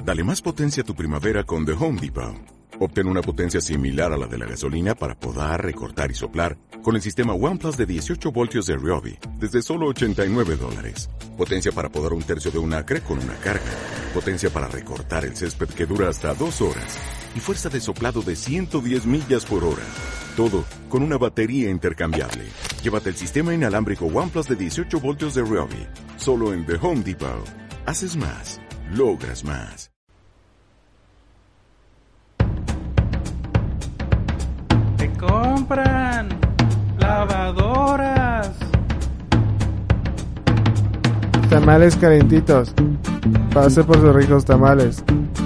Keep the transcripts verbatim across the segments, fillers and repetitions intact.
Dale más potencia a tu primavera con The Home Depot. Obtén una potencia similar a la de la gasolina para podar, recortar y soplar con el sistema OnePlus de dieciocho voltios de Ryobi desde solo ochenta y nueve dólares. Potencia para podar un tercio de un acre con una carga. Potencia para recortar el césped que dura hasta dos horas. Y fuerza de soplado de ciento diez millas por hora. Todo con una batería intercambiable. Llévate el sistema inalámbrico OnePlus de dieciocho voltios de Ryobi. Solo en The Home Depot. Haces más. Logras más. Te compran lavadoras. Tamales calentitos. Pase por sus ricos tamales.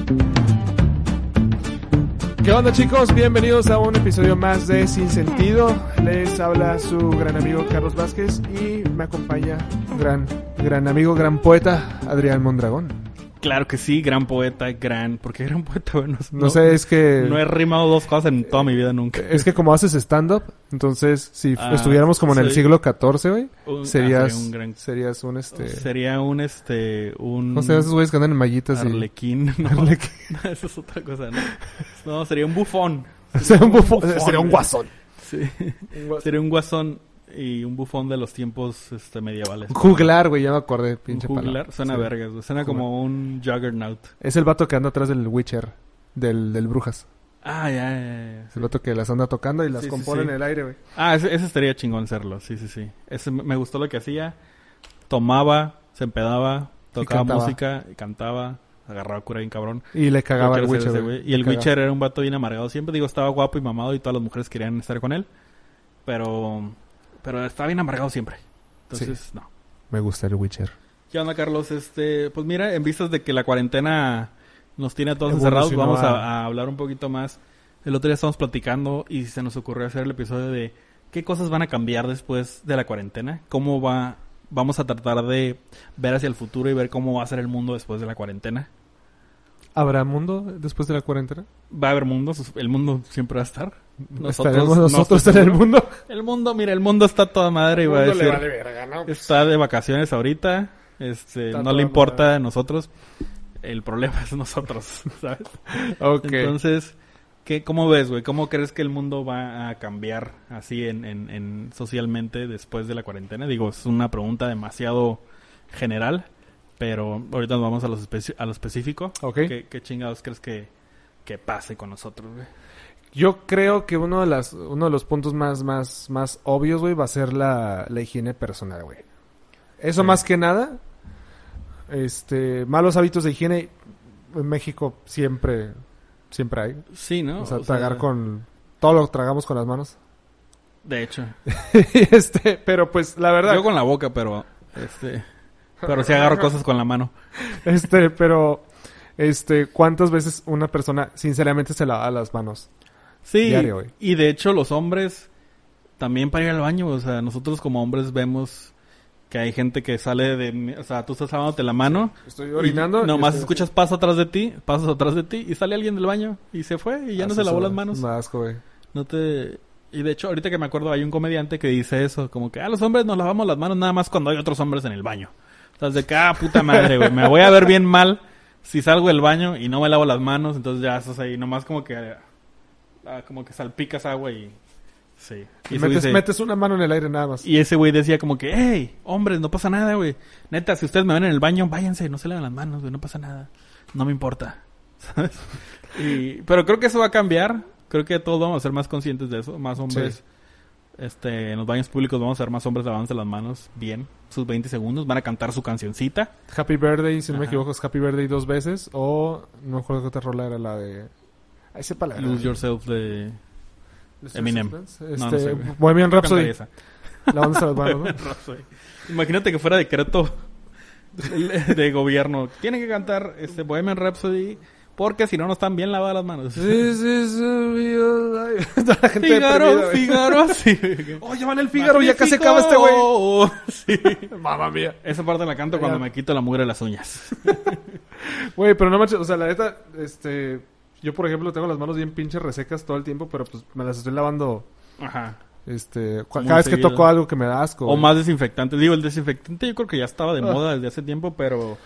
¿Qué onda, chicos? Bienvenidos a un episodio más de Sin Sentido. Les habla su gran amigo Carlos Vázquez y me acompaña gran, gran amigo, gran poeta Adrián Mondragón. Claro que sí, gran poeta, gran... ¿Por qué gran poeta? Bueno, no, no sé, es que... No he rimado dos cosas en toda mi vida nunca. Es que como haces stand-up, entonces si ah, estuviéramos como en el siglo catorce, güey, serías, ah, sería un gran... serías un este... Sería un este... un... No sé, esos güeyes que andan en mallitas Arlequín. y... No, Arlequín. No, eso es otra cosa, ¿no? No, sería un bufón. Sería un bufón. Sería un guasón. Sí. Un guasón. Sería un guasón y un bufón de los tiempos este, medievales. Juglar, güey, ya me acordé, pinche palabra. Juglar, suena sí. Vergas, güey. Suena Juglar. Como un Juggernaut. Es el vato que anda atrás del Witcher, del, del Brujas. Ah, ya, ya, ya. Es el vato que las anda tocando y las sí, compone sí, sí. en el aire, güey. Ah, ese, ese estaría chingón serlo, sí, sí, sí. Ese me gustó lo que hacía. Tomaba, se empedaba, tocaba y música, y cantaba, agarraba cura bien cabrón. Y le cagaba el Witcher, ese, güey. Y el Witcher era un vato bien amargado. Siempre digo, estaba guapo y mamado y todas las mujeres querían estar con él. Pero... Pero estaba bien amargado siempre. Entonces, sí, no. Me gusta el Witcher. ¿Qué onda, Carlos? Este, pues mira, en vistas de que la cuarentena nos tiene a todos encerrados, vamos a, a hablar un poquito más. El otro día estábamos platicando y se nos ocurrió hacer el episodio de qué cosas van a cambiar después de la cuarentena. Cómo va... Vamos a tratar de ver hacia el futuro y ver cómo va a ser el mundo después de la cuarentena. ¿Habrá mundo después de la cuarentena? Va a haber mundo. El mundo siempre va a estar. Nosotros, ¿Estaremos nosotros no en el mundo? El mundo, mira, el mundo está toda madre. El iba mundo a decir, le vale verga, ¿no? Está de vacaciones ahorita. Este, no le importa madre. A nosotros. El problema es nosotros, ¿sabes? Ok. Entonces, ¿qué, ¿cómo ves, güey? ¿Cómo crees que el mundo va a cambiar así en, en, en socialmente después de la cuarentena? Digo, es una pregunta demasiado general. Pero ahorita nos vamos a, los especi- a lo específico. Okay. ¿Qué, ¿Qué chingados crees que, que pase con nosotros, güey? Yo creo que uno de las uno de los puntos más más más obvios, güey, va a ser la, la higiene personal, güey. Eso sí. Más que nada, este, malos hábitos de higiene en México siempre siempre hay. Sí, ¿no? O sea, o tragar sea... con todo lo tragamos con las manos. De hecho. este, pero pues la verdad. Yo con la boca, pero este, pero sí agarro cosas con la mano. Este, pero este, ¿cuántas veces una persona sinceramente se lava las manos? Sí, diario, y de hecho los hombres también para ir al baño, o sea, nosotros como hombres vemos que hay gente que sale de, o sea, tú estás lavándote la mano, estoy orinando, y nomás estoy escuchas paso atrás de ti, pasos atrás de ti y sale alguien del baño y se fue y ya ah, no se lavó las manos. Más asco, güey. No te y de hecho ahorita que me acuerdo hay un comediante que dice eso, como que ah, los hombres nos lavamos las manos nada más cuando hay otros hombres en el baño. Entonces de que ah, puta madre, güey, me voy a ver bien mal si salgo del baño y no me lavo las manos, entonces ya estás ahí nomás como que Ah, como que salpicas agua y... Sí. Y metes, dice, metes una mano en el aire nada más. Y ese güey decía como que... ¡Hey, hombres, no pasa nada, güey! Neta, si ustedes me ven en el baño, váyanse. No se laven las manos, güey. No pasa nada. No me importa. ¿Sabes? Y, pero creo que eso va a cambiar. Creo que todos vamos a ser más conscientes de eso. Más hombres... Sí. Este, en los baños públicos vamos a ser más hombres lavándose las manos bien. Sus veinte segundos. Van a cantar su cancioncita. Happy Birthday, si no Ajá. me equivoco, es Happy Birthday dos veces. O... No me acuerdo qué otra rola era la de... Ese palabra. Lose Yourself de Eminem. Este, no, no sé, Bohemian Rhapsody. Lavándose las manos, ¿no? Imagínate que fuera decreto de, de gobierno. Tienen que cantar este Bohemian Rhapsody porque si no, no están bien lavadas las manos. This is a real life. Toda la gente Figaro, Figaro, sí. Oh, llaman el Figaro, ya casi acaba este güey. Sí. Mamma mía. Esa parte la canto cuando me quito la mugre de las uñas. Güey, pero no manches, o sea, la neta, este... Yo, por ejemplo, tengo las manos bien pinches resecas todo el tiempo, pero pues me las estoy lavando. Ajá. Este, cu- cada vez seguido. que toco algo que me da asco. O güey. Más desinfectante. Digo, el desinfectante yo creo que ya estaba de ah. moda desde hace tiempo, pero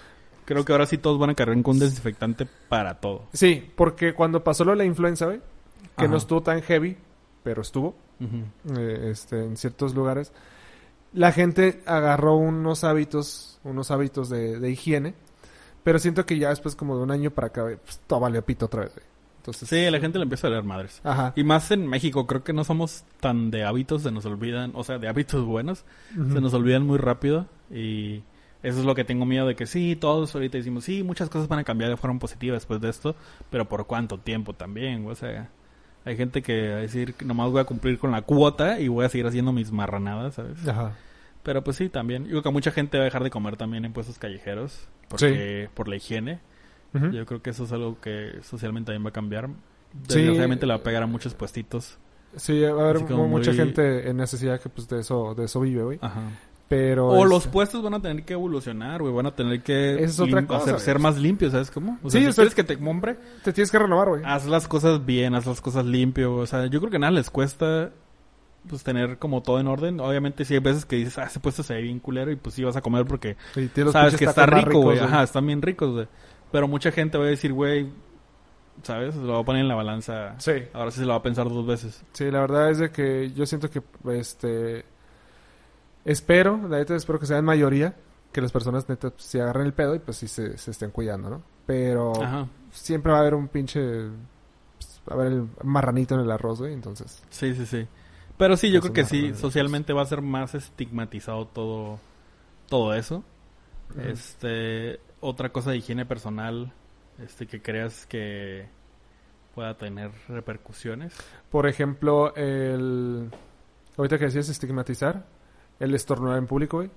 Creo que ahora sí todos van a cargar con un desinfectante para todo. Sí, porque cuando pasó lo de la influenza, güey, que Ajá. no estuvo tan heavy, pero estuvo Uh-huh. eh, este, en ciertos lugares, la gente agarró unos hábitos, unos hábitos de, de higiene, pero siento que ya después como de un año para acá, güey, pues, todo valió pito otra vez, güey. Entonces, Sí, la gente le empieza a leer madres. Ajá. Y más en México, creo que no somos tan de hábitos, se nos olvidan, o sea, de hábitos buenos, Ujú. se nos olvidan muy rápido y eso es lo que tengo miedo de que sí, todos ahorita decimos, sí, muchas cosas van a cambiar de forma positiva después de esto, pero ¿por cuánto tiempo también? O sea, hay gente que va a decir que nomás voy a cumplir con la cuota y voy a seguir haciendo mis marranadas, ¿sabes? Ajá. Pero pues sí, también. Yo creo que mucha gente va a dejar de comer también en puestos callejeros porque por la higiene. Ujú. Yo creo que eso es algo que socialmente también va a cambiar. Sí. Desgraciadamente le va a pegar a muchos puestitos. Sí, va a haber Así como mucha muy- gente en necesidad que pues de eso, de eso vive, güey. Ajá. Pero O es- los puestos van a tener que evolucionar, güey. Van a tener que Esa es otra lim- cosa, hacer, güey. ser más limpios, ¿sabes cómo? O Sí, sea, si o sea- quieres que te compre, te tienes que renovar, güey. haz las cosas bien, haz las cosas limpio. O sea, yo creo que nada les cuesta pues tener como todo en orden. Obviamente sí hay veces que dices, ah, ese puesto se ve bien culero y pues sí vas a comer porque Y tiene los sabes pinches que está tacos más rico, güey. ricos, Ajá, están bien ricos, güey. Pero mucha gente va a decir, güey, ¿sabes? Lo va a poner en la balanza. Sí. Ahora sí se lo va a pensar dos veces. Sí, la verdad es de que yo siento que, este... Espero, la neta espero que sea en mayoría, que las personas neta pues, se agarren el pedo y pues sí se, se estén cuidando, ¿no? Pero Ajá. siempre va a haber un pinche... pues, va a haber el marranito en el arroz, güey, entonces... Sí, sí, sí. Pero sí, yo Eso creo que más sí, o menos. socialmente va a ser más estigmatizado todo, todo eso. Ujú. Este, otra cosa de higiene personal, este, que creas que pueda tener repercusiones. Por ejemplo, el... Ahorita que decías estigmatizar, el estornudar en público, güey.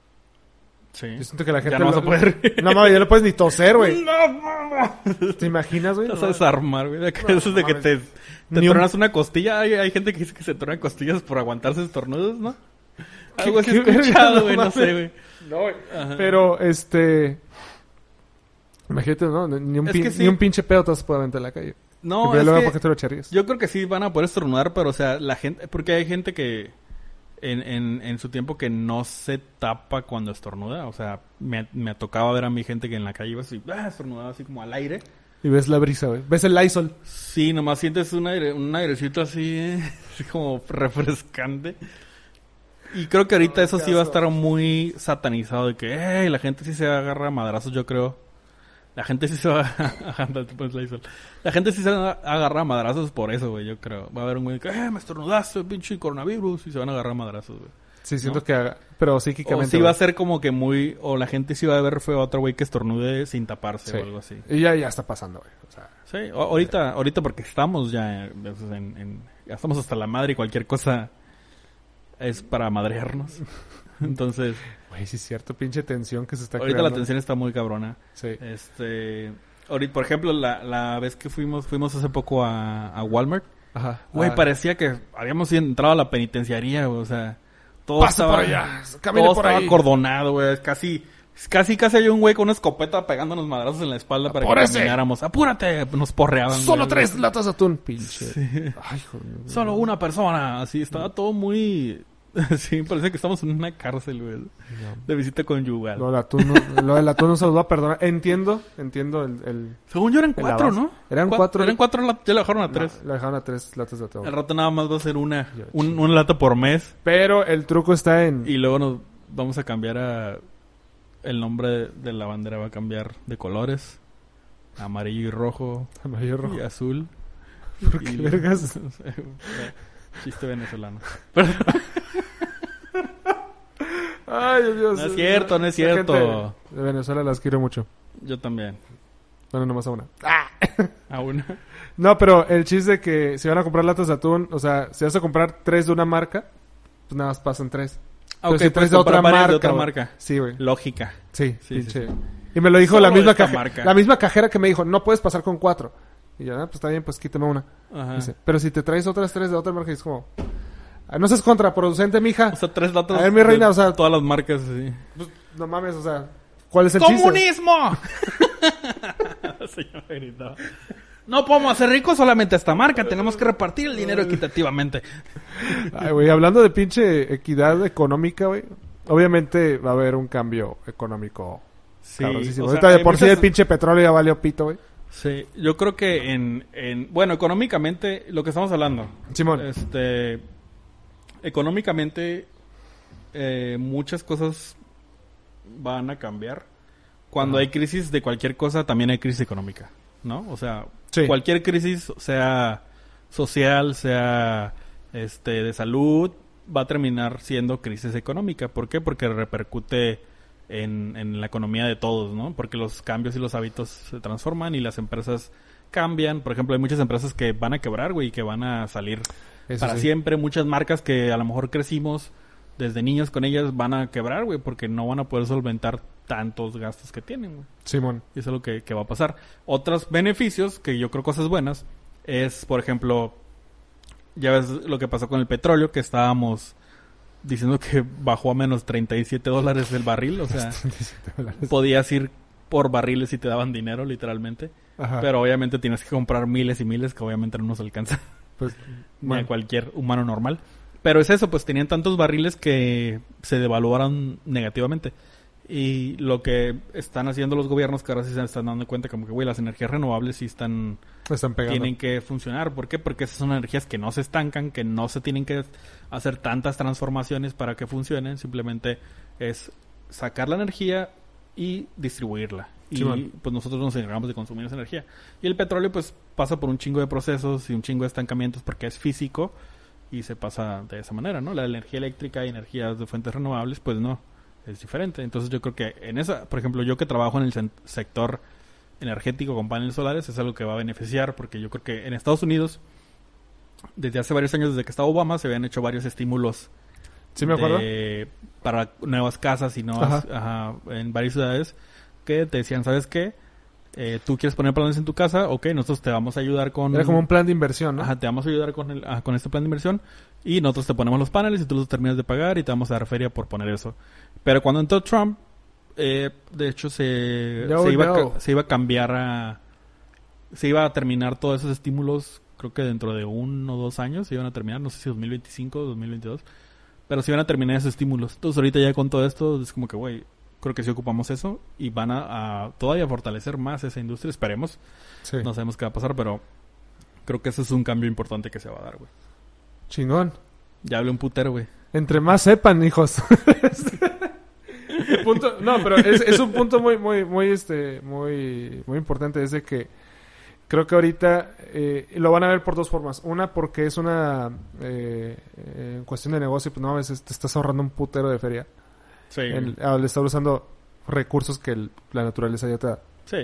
Sí. Yo siento que la gente... Ya no vas lo- a poder. No, mames, ya no puedes ni toser, güey. No, no, ¿Te imaginas, güey? Te vas No, a desarmar, güey. De que- No, Eso de que mames. te, te Ni un- tronas una costilla. Hay, hay gente que dice que se trona costillas por aguantarse estornudos, ¿no? Algo así qué he escuchado, verga, güey. no No sé, mames. güey. No, güey. Ajá. Pero, este... Imagínate, ¿no? Ni un, Es pin- que sí. ni un pinche pedo te vas a poder aventar en la calle. No, Pero es luego, que ¿por qué te lo echarías? yo creo que sí van a poder estornudar, pero o sea, la gente... Porque hay gente que en, en, en su tiempo que no se tapa cuando estornuda. O sea, me, me tocaba ver a mi gente que en la calle iba así, ah, estornudaba así como al aire. Y ves la brisa, güey. Ves el Lysol. Sí, nomás sientes un, aire, un airecito así, eh, así como refrescante. Y creo que ahorita eso sí va a estar muy satanizado de que, hey, la gente sí se agarra a madrazos, yo creo. La gente sí se va a agarrar, pues, Lysol. La gente sí se va a agarrar a madrazos por eso, güey, yo creo. Va a haber un güey que, eh, me estornudaste, pinche coronavirus, y se van a agarrar a madrazos, güey. Sí, siento ¿No? que haga... Pero O psíquicamente... sí va a güey. ser como que muy, o la gente sí va a ver feo a otro güey que estornude sin taparse Sí. o algo así. Y ya, ya está pasando, güey. O sea... Sí, o- ahorita, ahorita porque estamos ya en, en- en- ya estamos hasta la madre y cualquier cosa es para madrearnos. Entonces, Güey, sí es cierto. Pinche tensión que se está ahorita creando. la tensión está muy cabrona. Sí. Este, ahorita, por ejemplo, la, la vez que fuimos, fuimos hace poco a, a Walmart, Ajá. güey, Ah, parecía que habíamos entrado a la penitenciaría, güey, o sea, todo Pasa estaba, por allá, camine todo por estaba ahí. acordonado, güey, casi, casi, casi había un güey con una escopeta pegándonos madrazos en la espalda para ¡Apúrese! que camináramos. ¡Apúrate! Nos porreaban. Solo güey. tres latas de atún. Pinche. Ay, joder. Solo una persona, así, estaba todo muy... Sí, parece que estamos en una cárcel, güey, No. de visita conyugal. Lo del atún no, lo del atún no se los va a perdonar. Entiendo, entiendo el... el... Según yo eran El cuatro, avance. ¿no? Eran Cua- cuatro. Eran cuatro, la- ya le bajaron a tres. No, lo dejaron a tres latas de atún. Al rato nada más va a ser una, Ya, un, chido. una lata por mes. Pero el truco está en... Y luego nos vamos a cambiar a... El nombre de, de la bandera va a cambiar de colores. Amarillo y rojo Amarillo rojo. y azul. ¿Por qué Y- vergas? Chiste venezolano. Ay, Dios. No es cierto, no es La cierto. gente de Venezuela las quiero mucho. Yo también. Bueno, nomás a una. A una. No, pero el chiste de que si van a comprar latas de atún, o sea, si vas a comprar tres de una marca, pues nada más pasan tres. Ah, Pero ok, si puedes tres de otra comprar varias marca. de otra güey. marca. Sí, güey. Lógica. Sí, Sí, pinche. sí, sí. Y me lo dijo Solo la misma esta caja- marca. la misma cajera que me dijo, no puedes pasar con cuatro. Y yo, ah, pues está bien, pues quítame una. Ajá. Dice, pero si te traes otras tres de otra marca, es como, ah, no seas contraproducente, mija. O sea, tres latas. A ver, mi reina, de o sea- todas las marcas, sí. Pues, no mames, o sea, ¿cuál es el chiste? ¡Comunismo! Señor gritaba. No podemos ser ricos solamente esta marca. Tenemos que repartir el dinero equitativamente. Ay, güey, hablando de pinche equidad económica, güey. Obviamente va a haber un cambio económico Sí, Cabrosísimo. o sea, Ahorita de hay por sí muchas- el pinche petróleo ya valió pito, güey. Sí, yo creo que en, en... Bueno, económicamente, lo que estamos hablando. Simón. Este... Económicamente, eh, muchas cosas van a cambiar. Cuando Ajá. hay crisis de cualquier cosa, también hay crisis económica, ¿no? O sea, Sí. cualquier crisis, sea social, sea este de salud, va a terminar siendo crisis económica. ¿Por qué? Porque repercute en, en la economía de todos, ¿no? Porque los cambios y los hábitos se transforman y las empresas cambian. Por ejemplo, hay muchas empresas que van a quebrar, güey, y que van a salir Eso para sí. siempre. Muchas marcas que a lo mejor crecimos desde niños con ellas van a quebrar, güey, porque no van a poder solventar tantos gastos que tienen, güey. Simón. Y eso es lo que, que va a pasar. Otros beneficios, que yo creo cosas buenas, es, por ejemplo, ya ves lo que pasó con el petróleo, que estábamos diciendo que bajó a menos treinta y siete dólares el barril. O sea, podías ir por barriles y te daban dinero, literalmente. Ajá. Pero obviamente tienes que comprar miles y miles, que obviamente no nos alcanza Pues, ni bueno. a cualquier humano normal. Pero es eso, pues tenían tantos barriles que se devaluaron negativamente. Y lo que están haciendo los gobiernos, que ahora sí se están dando cuenta como que, güey, las energías renovables sí están... Me están pegando. tienen que funcionar. ¿Por qué? Porque esas son energías que no se estancan, que no se tienen que hacer tantas transformaciones para que funcionen. Simplemente es sacar la energía y distribuirla. Y Sí, man. pues nosotros nos encargamos de consumir esa energía. Y el petróleo pues pasa por un chingo de procesos y un chingo de estancamientos porque es físico y se pasa de esa manera, ¿no? La energía eléctrica y energías de fuentes renovables pues no, es diferente. Entonces yo creo que en esa, por ejemplo, yo que trabajo en el sen- sector energético con paneles solares es algo que va a beneficiar porque yo creo que en Estados Unidos desde hace varios años, desde que estaba Obama, se habían hecho varios estímulos ¿Sí me acuerdo? de- para nuevas casas y nuevas ajá, en varias ciudades que te decían, ¿sabes qué? Eh, tú quieres poner paneles en tu casa, ok, nosotros te vamos a ayudar con... Era como un plan de inversión, ¿no? Ajá, te vamos a ayudar con, el, ah, con este plan de inversión y nosotros te ponemos los paneles y tú los terminas de pagar y te vamos a dar feria por poner eso. Pero cuando entró Trump, eh, de hecho se, No, se, iba no. a, ca- se iba a cambiar a... Se iba a terminar todos esos estímulos, creo que dentro de uno o dos años se iban a terminar, no sé si dos mil veinticinco o dos mil veintidós, pero se iban a terminar esos estímulos. Entonces ahorita ya con todo esto es como que, güey, creo que sí ocupamos eso y van a, a todavía fortalecer más esa industria, esperemos. Sí. No sabemos qué va a pasar, pero creo que ese es un cambio importante que se va a dar, güey. Chingón. Ya hablé un putero, güey. Entre más sepan, hijos. El punto, no, pero es, es un punto muy, muy, muy, este, muy, muy importante. Es de que creo que ahorita eh, lo van a ver por dos formas. Una, porque es una eh, eh, cuestión de negocio, pues no, a veces te estás ahorrando un putero de feria. Sí, El, al estar usando recursos que el- la naturaleza ya te da. sí.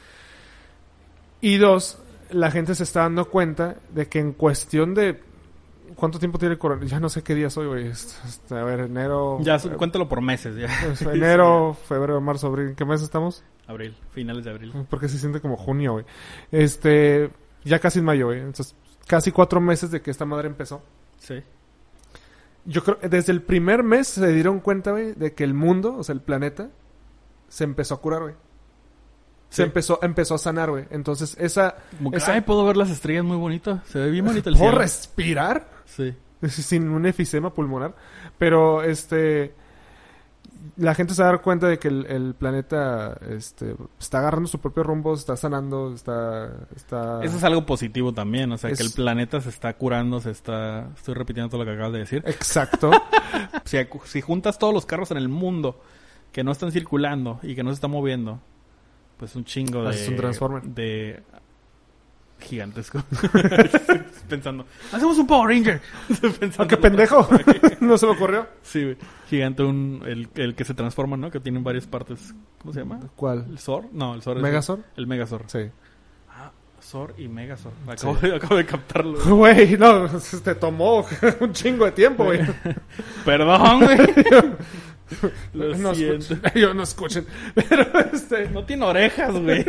Y dos, la gente se está dando cuenta de que en cuestión de... ¿Cuánto tiempo tiene el coronavirus? Ya no sé qué día soy, güey. Es- es- A ver, enero... Ya, eh, su- cuéntalo por meses, ya. pues, enero, febrero, marzo, abril. ¿En qué mes estamos? Abril, finales de abril. Porque se siente como junio, güey. Este... Ya casi en mayo, güey. Entonces, casi cuatro meses de que esta madre empezó. Sí. Yo creo que desde el primer mes se dieron cuenta, güey, de que el mundo, o sea, el planeta, se empezó a curar, güey. Se Sí. empezó, empezó a sanar, güey. Entonces, esa... Como que, esa ay, puedo ver las estrellas muy bonito. Se ve bien bonito el ¿Puedo cielo. respirar? Sí. Sin un efisema pulmonar. Pero, este... La gente se va a dar cuenta de que el, el planeta este, está agarrando su propio rumbo, está sanando, está... está... Eso es algo positivo también, o sea, Es- que el planeta se está curando, se está... Estoy repitiendo todo lo que acabas de decir. Exacto. Si, si juntas todos los carros en el mundo que no están circulando y que no se están moviendo, pues un chingo de... Haces un Transformer. De... Gigantesco. Pensando, hacemos un Power Ranger. Pensando- ¡Ah, qué pendejo! No se me ocurrió. Sí, güey. Gigante, un, el, el que se transforma, ¿no? Que tiene varias partes. ¿Cómo se llama? ¿Cuál? ¿El Zor? No, el Zor es... ¿Megazord? El Megazord. Sí. Ah, Zor y Megazord. Acabo, de, acabo de captarlo. Güey, no, te tomó un chingo de tiempo, güey. Perdón, güey. Lo No siento. escuchen. Yo no escuchen. Pero este... No tiene orejas, güey.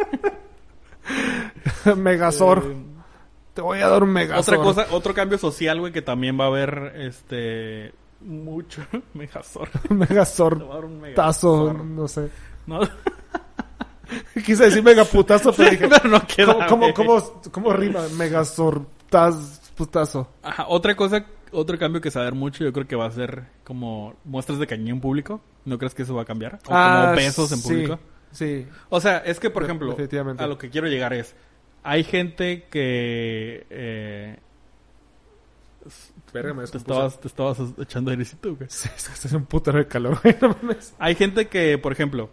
Megazord. Eh, Te voy a dar un Megazord. Otra cosa, otro cambio social, güey, que también va a haber, este... Mucho. Megazord. Te Megazord. voy a dar un Megazord. Tazo, no sé. No, Quise decir megaputazo, pero dije... pero no queda, ¿Cómo, cómo, güey. cómo, cómo rima? Megazord. Taz, putazo. Ajá, otra cosa otro cambio que se va a ver mucho, yo creo que va a ser como muestras de cariño en público. ¿No crees que eso va a cambiar? O Ah, como besos en sí, público. Sí. O sea, es que, por De- ejemplo, definitivamente. a lo que quiero llegar es... Hay gente que... Eh, Verga, me te, descompuse. estabas, te estabas echando airecito, güey. Sí, es que está haciendo un putero de calor, güey. No mames. Hay gente que, por ejemplo...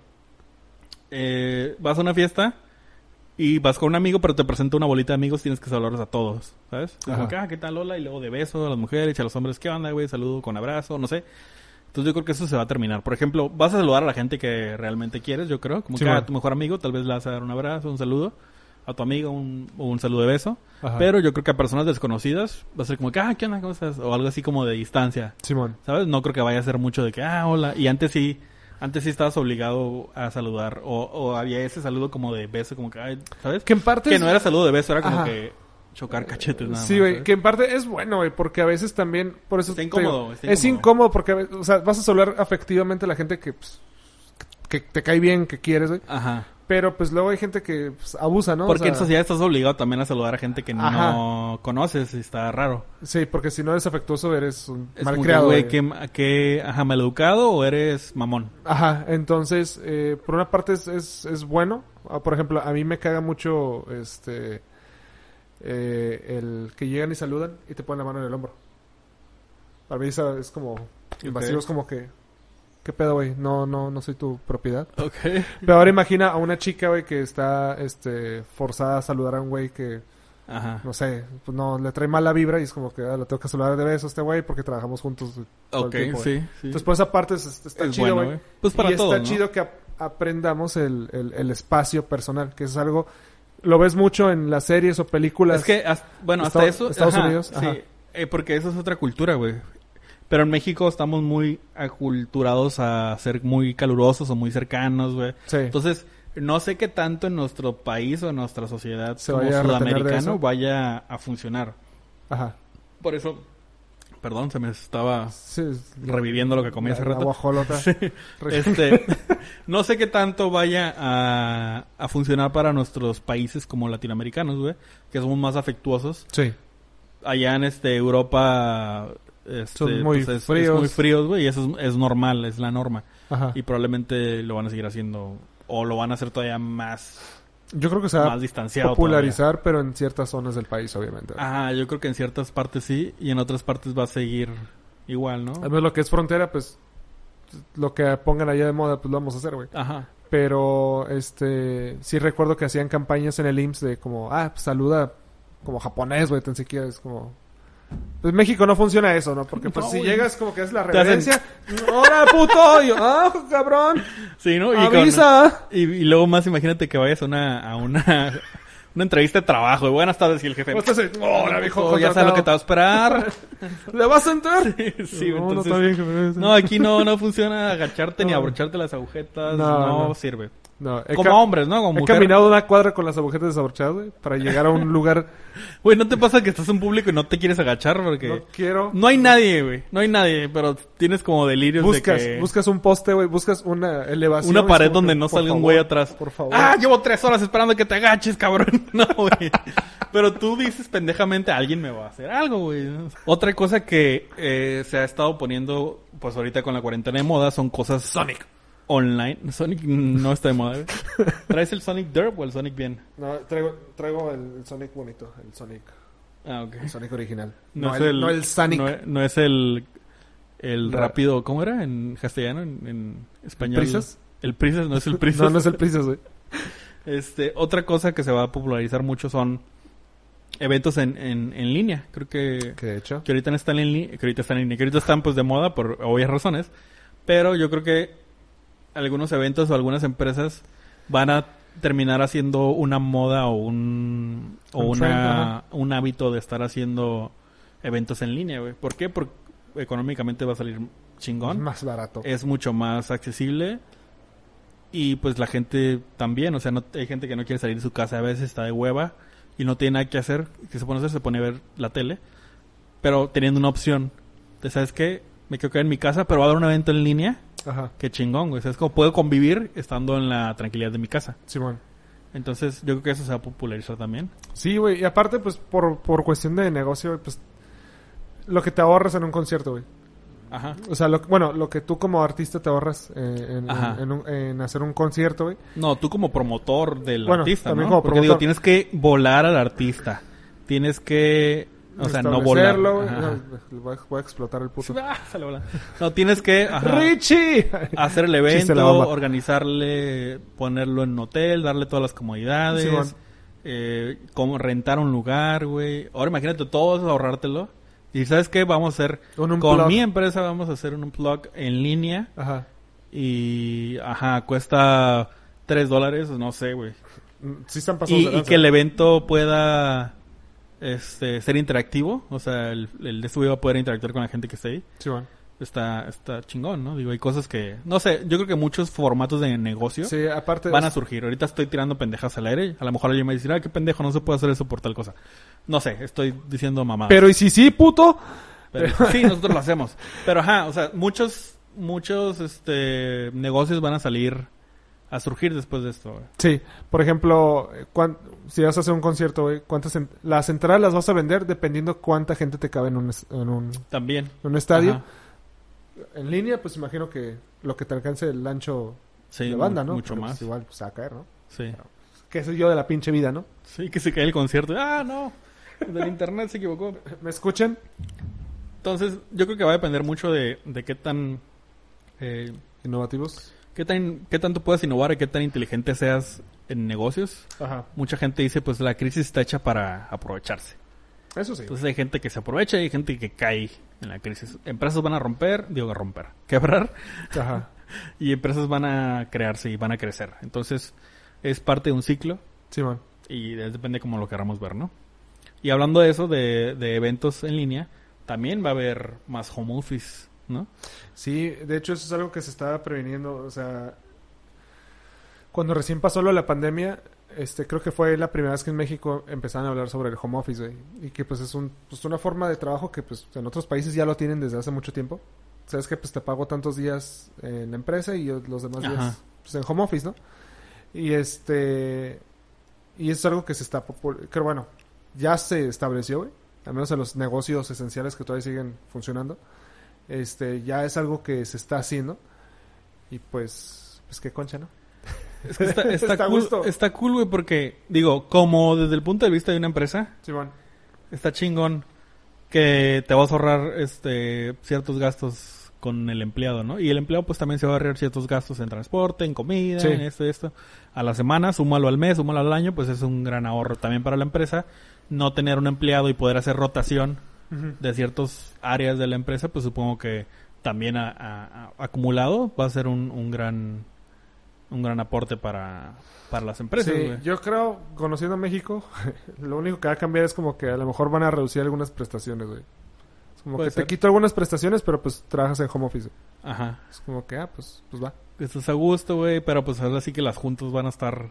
Eh, vas a una fiesta... Y vas con un amigo, pero te presenta una bolita de amigos, tienes que saludarlos a todos, ¿sabes? Ajá. Como que, ah, ¿qué tal, hola? Y luego de beso a las mujeres y a los hombres, ¿qué onda, güey? Saludo con abrazo, no sé. Entonces yo creo que eso se va a terminar. Por ejemplo, vas a saludar a la gente que realmente quieres, yo creo. Como Sí, que a man. tu mejor amigo, tal vez le vas a dar un abrazo, un saludo. A tu amigo, un, un saludo de beso. Ajá. Pero yo creo que a personas desconocidas va a ser como que, ah, ¿qué onda? ¿Cómo estás? O algo así como de distancia, Simón. ¿sabes? No creo que vaya a ser mucho de que, ah, hola. Y antes sí... Antes sí estabas obligado a saludar. O, o había ese saludo como de beso, como que, ay, ¿sabes? Que en parte Que es- no era saludo de beso, era como Ajá. que chocar cachetes nada Sí, más, güey, ¿sabes? que en parte es bueno, güey, porque a veces también, por eso Está te incómodo, digo, está es incómodo. incómodo porque, a veces, o sea, vas a saludar afectivamente a la gente que, pues, que te cae bien, que quieres, güey, Ajá. pero pues luego hay gente que pues, abusa, ¿no? O Porque sea, en sociedad estás obligado también a saludar a gente que Ajá. no conoces y está raro. Sí, porque si no eres afectuoso eres un Es como que, malcriado, güey, güey. ¿qué, qué, ajá, maleducado o eres mamón? Ajá, entonces, eh, por una parte es, es, es bueno. Ah, por ejemplo, a mí me caga mucho este eh, el que llegan y saludan y te ponen la mano en el hombro. Para mí esa es como invasivo, Ok. es como que ¿qué pedo, güey? No, no, no soy tu propiedad. Ok. Pero ahora imagina a una chica, güey, que está este forzada a saludar a un güey que Ajá. no sé, pues no le trae mala vibra y es como que ah, lo tengo que saludar de beso a este güey porque trabajamos juntos todo el Ok, tiempo, güey. sí, sí. Entonces, por esa parte es- está Es chido, bueno, güey. güey. Pues para y todos, está ¿no? chido que ap- aprendamos el, el, el espacio personal, que es algo... Lo ves mucho en las series o películas. Es que, hasta- bueno, hasta Estados- eso... Estados ajá, Unidos, sí. ajá. Eh, porque eso es otra cultura, güey. Pero en México estamos muy aculturados a ser muy calurosos o muy cercanos, güey. Sí. Entonces, no sé qué tanto en nuestro país o en nuestra sociedad Se como vaya a retener de sudamericano eso. vaya a funcionar. Ajá. Por eso, perdón, se me estaba Sí, es- reviviendo lo que comí la- hace la rato. guajolota. Re- Este, no sé qué tanto vaya a, a funcionar para nuestros países como latinoamericanos, güey, que somos más afectuosos. Sí. Allá en este Europa este, Son muy pues, es, fríos. es muy fríos, güey, y eso es, es normal, es la norma. Ajá. Y probablemente lo van a seguir haciendo o lo van a hacer todavía más, Yo creo que se va más a distanciado. popularizar, pero en ciertas zonas del país, obviamente. todavía. Ajá, yo creo que en ciertas partes sí y en otras partes va a seguir igual, ¿no? Además, lo que es frontera, pues... Lo que pongan allá de moda, pues lo vamos a hacer, güey. Ajá. Pero, este... Sí recuerdo que hacían campañas en el I M S S de como... Ah, pues saluda como japonés, güey, tan siquiera es como... Pues en México no funciona eso, ¿no? Porque pues No, si güey. llegas como que es la Te hacen- reverencia... ¡Hola, puto! Y yo, ¡ah, cabrón! Sí, ¿no? Y con- ¡Avisa! Y, y luego más imagínate que vayas a una, a una, una entrevista de trabajo. Y buenas tardes, y el jefe. O estás ahí, ¡hola, viejo! "Oh, ya sabes lo que te va a esperar. ¿Le vas a entrar? Sí, no, entonces... no está bien, jefe. No, aquí no, no funciona agacharte ni No. abrocharte las agujetas. No, No, no. sirve. No, he, Como ca- hombres, ¿no? Como he mujer. caminado una cuadra con las agujetas desabrochadas, güey, para llegar a un lugar... Güey, ¿no te pasa que estás en público y no te quieres agachar? Porque No quiero... no hay nadie, güey. No hay nadie, pero tienes como delirios Buscas, de que... buscas un poste, güey, buscas una elevación. Una es pared como donde que, no por salga un favor, güey atrás. Por favor. Ah, llevo tres horas esperando que te agaches, cabrón. No, güey. Pero tú dices pendejamente, alguien me va a hacer algo, güey. Otra cosa que eh, se ha estado poniendo, pues ahorita con la cuarentena de moda, son cosas Sonic online. Sonic no está de moda, güey. ¿Traes el Sonic Derp o el Sonic bien? No, traigo, traigo el, el Sonic bonito, el Sonic, Ah, ok. el Sonic original. No, No, es el, el, no el Sonic. No, es- no es el, el No. rápido, ¿cómo era? En castellano, en, en español. Prisas? El Prisas, no es el Prisas. No, no es el Princess, güey. Este, otra cosa que se va a popularizar mucho son eventos en, en, en línea. Creo que, Que de hecho... que ahorita no están en línea, que ahorita están en línea, que ahorita están pues de moda por obvias razones. Pero yo creo que algunos eventos o algunas empresas van a terminar haciendo una moda o un o Un trend, una ajá. un hábito de estar haciendo eventos en línea, güey. ¿Por qué? Porque económicamente va a salir Es chingón. más barato. Es mucho más accesible y pues la gente también, o sea, no hay gente que no quiere salir de su casa, a veces está de hueva y no tiene nada que hacer, que se pone a hacer, se pone a ver la tele, pero teniendo una opción, de, ¿sabes qué? Me quiero quedar en mi casa, pero va a dar un evento en línea, Ajá, qué chingón, güey, o sea, es como puedo convivir estando en la tranquilidad de mi casa. Simón. Entonces, yo creo que eso se va a popularizar también. Sí, güey, y aparte, pues, por, por cuestión de negocio, güey, pues... lo que te ahorras en un concierto, güey. Ajá. O sea, lo, bueno, lo que tú como artista te ahorras eh, en, Ajá. en, en, un- en hacer un concierto, güey. No, tú como promotor del Bueno, artista, también ¿no? como Porque promotor. digo, tienes que volar al artista. Tienes que... O sea, no volar. Establecerlo, güey. Ajá. No, voy, a, voy a explotar el puto. Ah, sale volando. No, tienes que... ajá, ¡Richie! hacer el Chiste la evento, bomba. organizarle, ponerlo en hotel, darle todas las comodidades, Simón. eh, como rentar un lugar, güey. Ahora imagínate todo eso, ahorrártelo. Y ¿sabes qué? Vamos a hacer, Un con unplug. mi empresa vamos a hacer un unplug en línea Ajá. y, ajá, cuesta tres dólares, no sé, güey. Mm, Sí están pasando Y, de y lanza. que el evento pueda, este, ser interactivo, o sea, el, el de este güey va a poder interactuar con la gente que esté ahí. Sí, bueno. Está, está chingón, ¿no? Digo, hay cosas que... No sé, yo creo que muchos formatos de negocio Sí, aparte de van a eso- surgir. Ahorita estoy tirando pendejas al aire. A lo mejor alguien me dice, ah, qué pendejo, no se puede hacer eso por tal cosa. No sé, estoy diciendo mamá. Pero ¿y si sí, puto? Pero, sí, nosotros lo hacemos. Pero ajá, o sea, muchos, muchos, este, negocios van a salir a surgir después de esto, güey. Sí. Por ejemplo, eh, cuan- si vas a hacer un concierto, güey, ¿cuántas en- las entradas las vas a vender dependiendo cuánta gente te cabe en un, es- en un, También. en un estadio? Ajá. En línea, pues imagino que lo que te alcance el ancho Sí, de banda, mu- ¿no? mucho Porque, más. pues, igual pues, se va a caer, ¿no? Sí. ¿Qué sé yo de la pinche vida, no? Sí, que se cae el concierto. Ah, no. Del internet se equivocó. ¿Me escuchan? Entonces, yo creo que va a depender mucho de, de qué tan... Eh, Innovativos. qué tan qué tanto puedas innovar y qué tan inteligente seas en negocios. Ajá. Mucha gente dice, pues la crisis está hecha para aprovecharse. Eso sí. Entonces hay gente que se aprovecha y hay gente que cae en la crisis. Empresas van a romper, digo que romper, quebrar, Ajá. y empresas van a crearse y van a crecer. Entonces es parte de un ciclo Simón. y es- depende cómo lo queramos ver, ¿no? Y hablando de eso, de, de eventos en línea, también va a haber más home office, ¿no? Sí, de hecho eso es algo que se estaba previniendo, o sea, cuando recién pasó lo de la pandemia, este, creo que fue la primera vez que en México empezaron a hablar sobre el home office, güey, y que pues es un, pues una forma de trabajo que pues en otros países ya lo tienen desde hace mucho tiempo. Sabes que pues te pago tantos días en la empresa y yo los demás Ajá. días pues en home office, ¿no? Y este, y es algo que se está, popul- que bueno, ya se estableció, güey, al menos en los negocios esenciales que todavía siguen funcionando. Este, ya es algo que se está haciendo y pues, pues qué concha, ¿no? Es que está, está Está a cool, gusto. está cool, güey, porque, digo, como desde el punto de vista de una empresa, Simón. está chingón que te vas a ahorrar este ciertos gastos con el empleado, ¿no? Y el empleado pues también se va a ahorrar ciertos gastos en transporte, en comida, Sí. en esto y esto. A la semana, súmalo al mes, súmalo al año, pues es un gran ahorro también para la empresa. No tener un empleado y poder hacer rotación Ujú. de ciertas áreas de la empresa, pues supongo que también a- a- a- acumulado va a ser un, un gran un gran aporte para, para las empresas, Sí, güey. yo creo, conociendo México, lo único que va a cambiar es como que a lo mejor van a reducir algunas prestaciones, güey. Es como Puede que ser. te quito algunas prestaciones, pero pues trabajas en home office. Ajá. Es como que, ah, pues, pues va. Estás a gusto, güey, pero pues ahora sí que las juntas van a estar...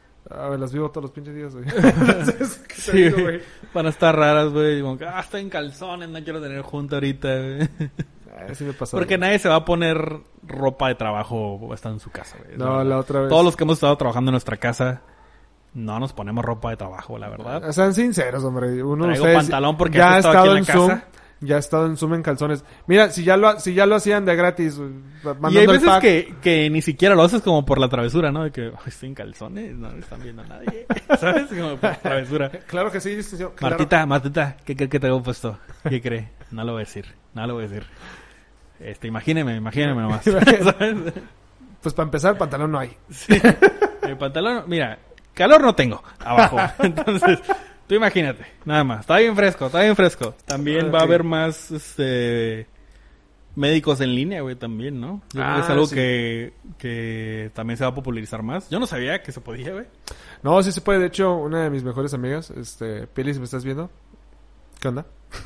A ver, las vivo todos los pinches días, güey. Entonces, ¿qué te Sí, digo, güey. güey? Van a estar raras, güey. Como que, ah, estoy en calzones, no quiero tener junta ahorita, güey. Ah, sí me pasó. Porque güey. nadie se va a poner ropa de trabajo o está en su casa, güey. No, la otra vez. Todos los que hemos estado trabajando en nuestra casa, no nos ponemos ropa de trabajo, la verdad. Sean sinceros, hombre. Uno de Traigo ustedes pantalón porque ya has ha estado estado aquí en en la Zoom. casa. Ya ha estado en Zoom en calzones. Mira, si ya lo, si ya lo hacían de gratis, güey, mandando Y hay el veces pack. que, que ni siquiera lo haces como por la travesura, ¿no? De que, "Ay, estoy en calzones, no me están viendo a nadie". ¿Sabes? Como por travesura. Claro que sí, sí, sí, claro. Martita, Martita, ¿qué cree que traigo puesto? ¿Qué cree? No lo voy a decir, no lo voy a decir. Este, imagíneme, imagíneme nomás. ¿Sabes? Pues para empezar, pantalón no hay. Sí. El pantalón, mira, calor no tengo abajo. Entonces, tú imagínate, nada más. Está bien fresco, está bien fresco. También va a Ok. haber más, este, médicos en línea, güey, también, ¿no? Yo creo que es Ah, algo sí. que, que también se va a popularizar más. Yo no sabía que se podía, güey. No, sí se puede. De hecho, una de mis mejores amigas, este, Pili, si me estás viendo, ¿qué onda?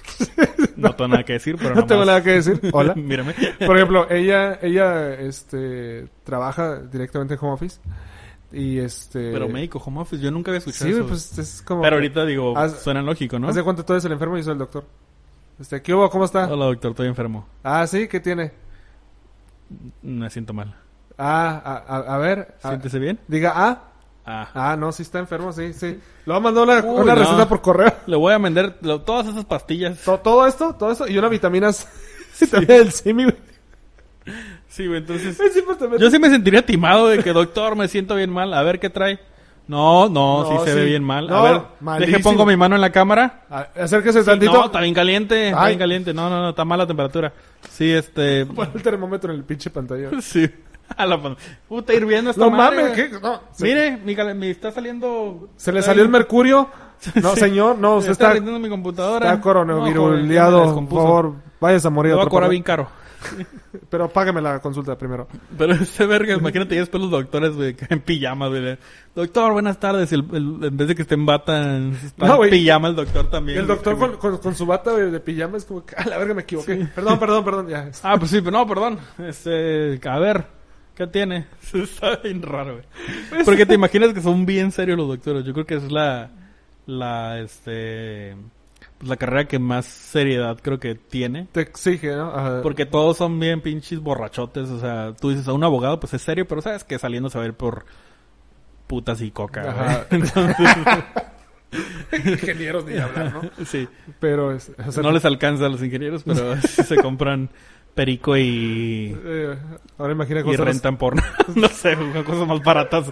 No tengo nada que decir, pero No tengo nomás- nada que decir. Hola. Mírame. Por ejemplo, ella, ella, este, trabaja directamente en home office y este. Pero médico, home office, yo nunca había escuchado Sí, eso. güey, pues es como. Pero ahorita digo, Haz- suena lógico, ¿no? Haz de cuenta tú eres el enfermo y yo soy el doctor. Este, ¿qué hubo? ¿Cómo está? Hola, doctor, estoy enfermo. Ah, sí, ¿qué tiene? Me siento mal. Ah, a, a, a ver. a- ¿Siéntese bien? diga, ah. Ah. Ah, no, sí está enfermo, sí, sí. Le voy a mandar una, Uy, una no. receta por correo. Le voy a vender lo- todas esas pastillas. To- todo esto, todo esto y una vitaminas. Sí. También el simi, güey. Sí, güey, entonces... Ay, siempre te metes- Yo sí me sentiría timado de que, doctor, me siento bien mal. A ver qué trae. No, no, No, sí se sí. ve bien mal. No, a ver, malísimo. deje pongo mi mano en la cámara. Ah, acérquese Sí, tantito. no, está bien caliente, está Ay. bien caliente. No, no, no, está mala temperatura. Sí, este... Pon el termómetro en el pinche pantalla. sí. A la pan- Puta, hirviendo esta No madre, mames, güey. ¿qué? No. Se, Mire, mi, cal- me está saliendo... se le está salió el bien- mercurio. No, Sí. señor, no, Se usted está está, rindiendo mi computadora. está coronaviruleado. No, joven, ya me por descompuso. favor, váyase a morir. Me a va a otro cobrar correo. bien caro. Pero págame la consulta primero. Pero ese verga, imagínate ya después los doctores, güey, que en pijama, güey. Doctor, buenas tardes. El, el- en vez de que esté en bata, en, está No, en güey. pijama el doctor también. El güey, doctor que- con, con, con su bata de, de pijama es como que, a la verga me equivoqué. Perdón, perdón, perdón, ya. Ah, pues sí, pero no, perdón. Este, a ver, ¿qué tiene? Está bien raro, güey. Porque te imaginas que son bien serios los doctores. Yo creo que es la, la, este, pues la carrera que más seriedad creo que tiene. Te exige, ¿no? Ajá. Porque todos son bien pinches borrachotes. O sea, tú dices a un abogado, pues es serio, pero sabes que saliendo se va a ir por putas y coca, Ajá. güey. Entonces, Ingenieros ni hablar, ¿no? sí. Pero es, o sea, No les alcanza a los ingenieros, pero sí se compran perico y, eh, ahora imagina y cosas. rentan porno. No sé, cosas más baratas.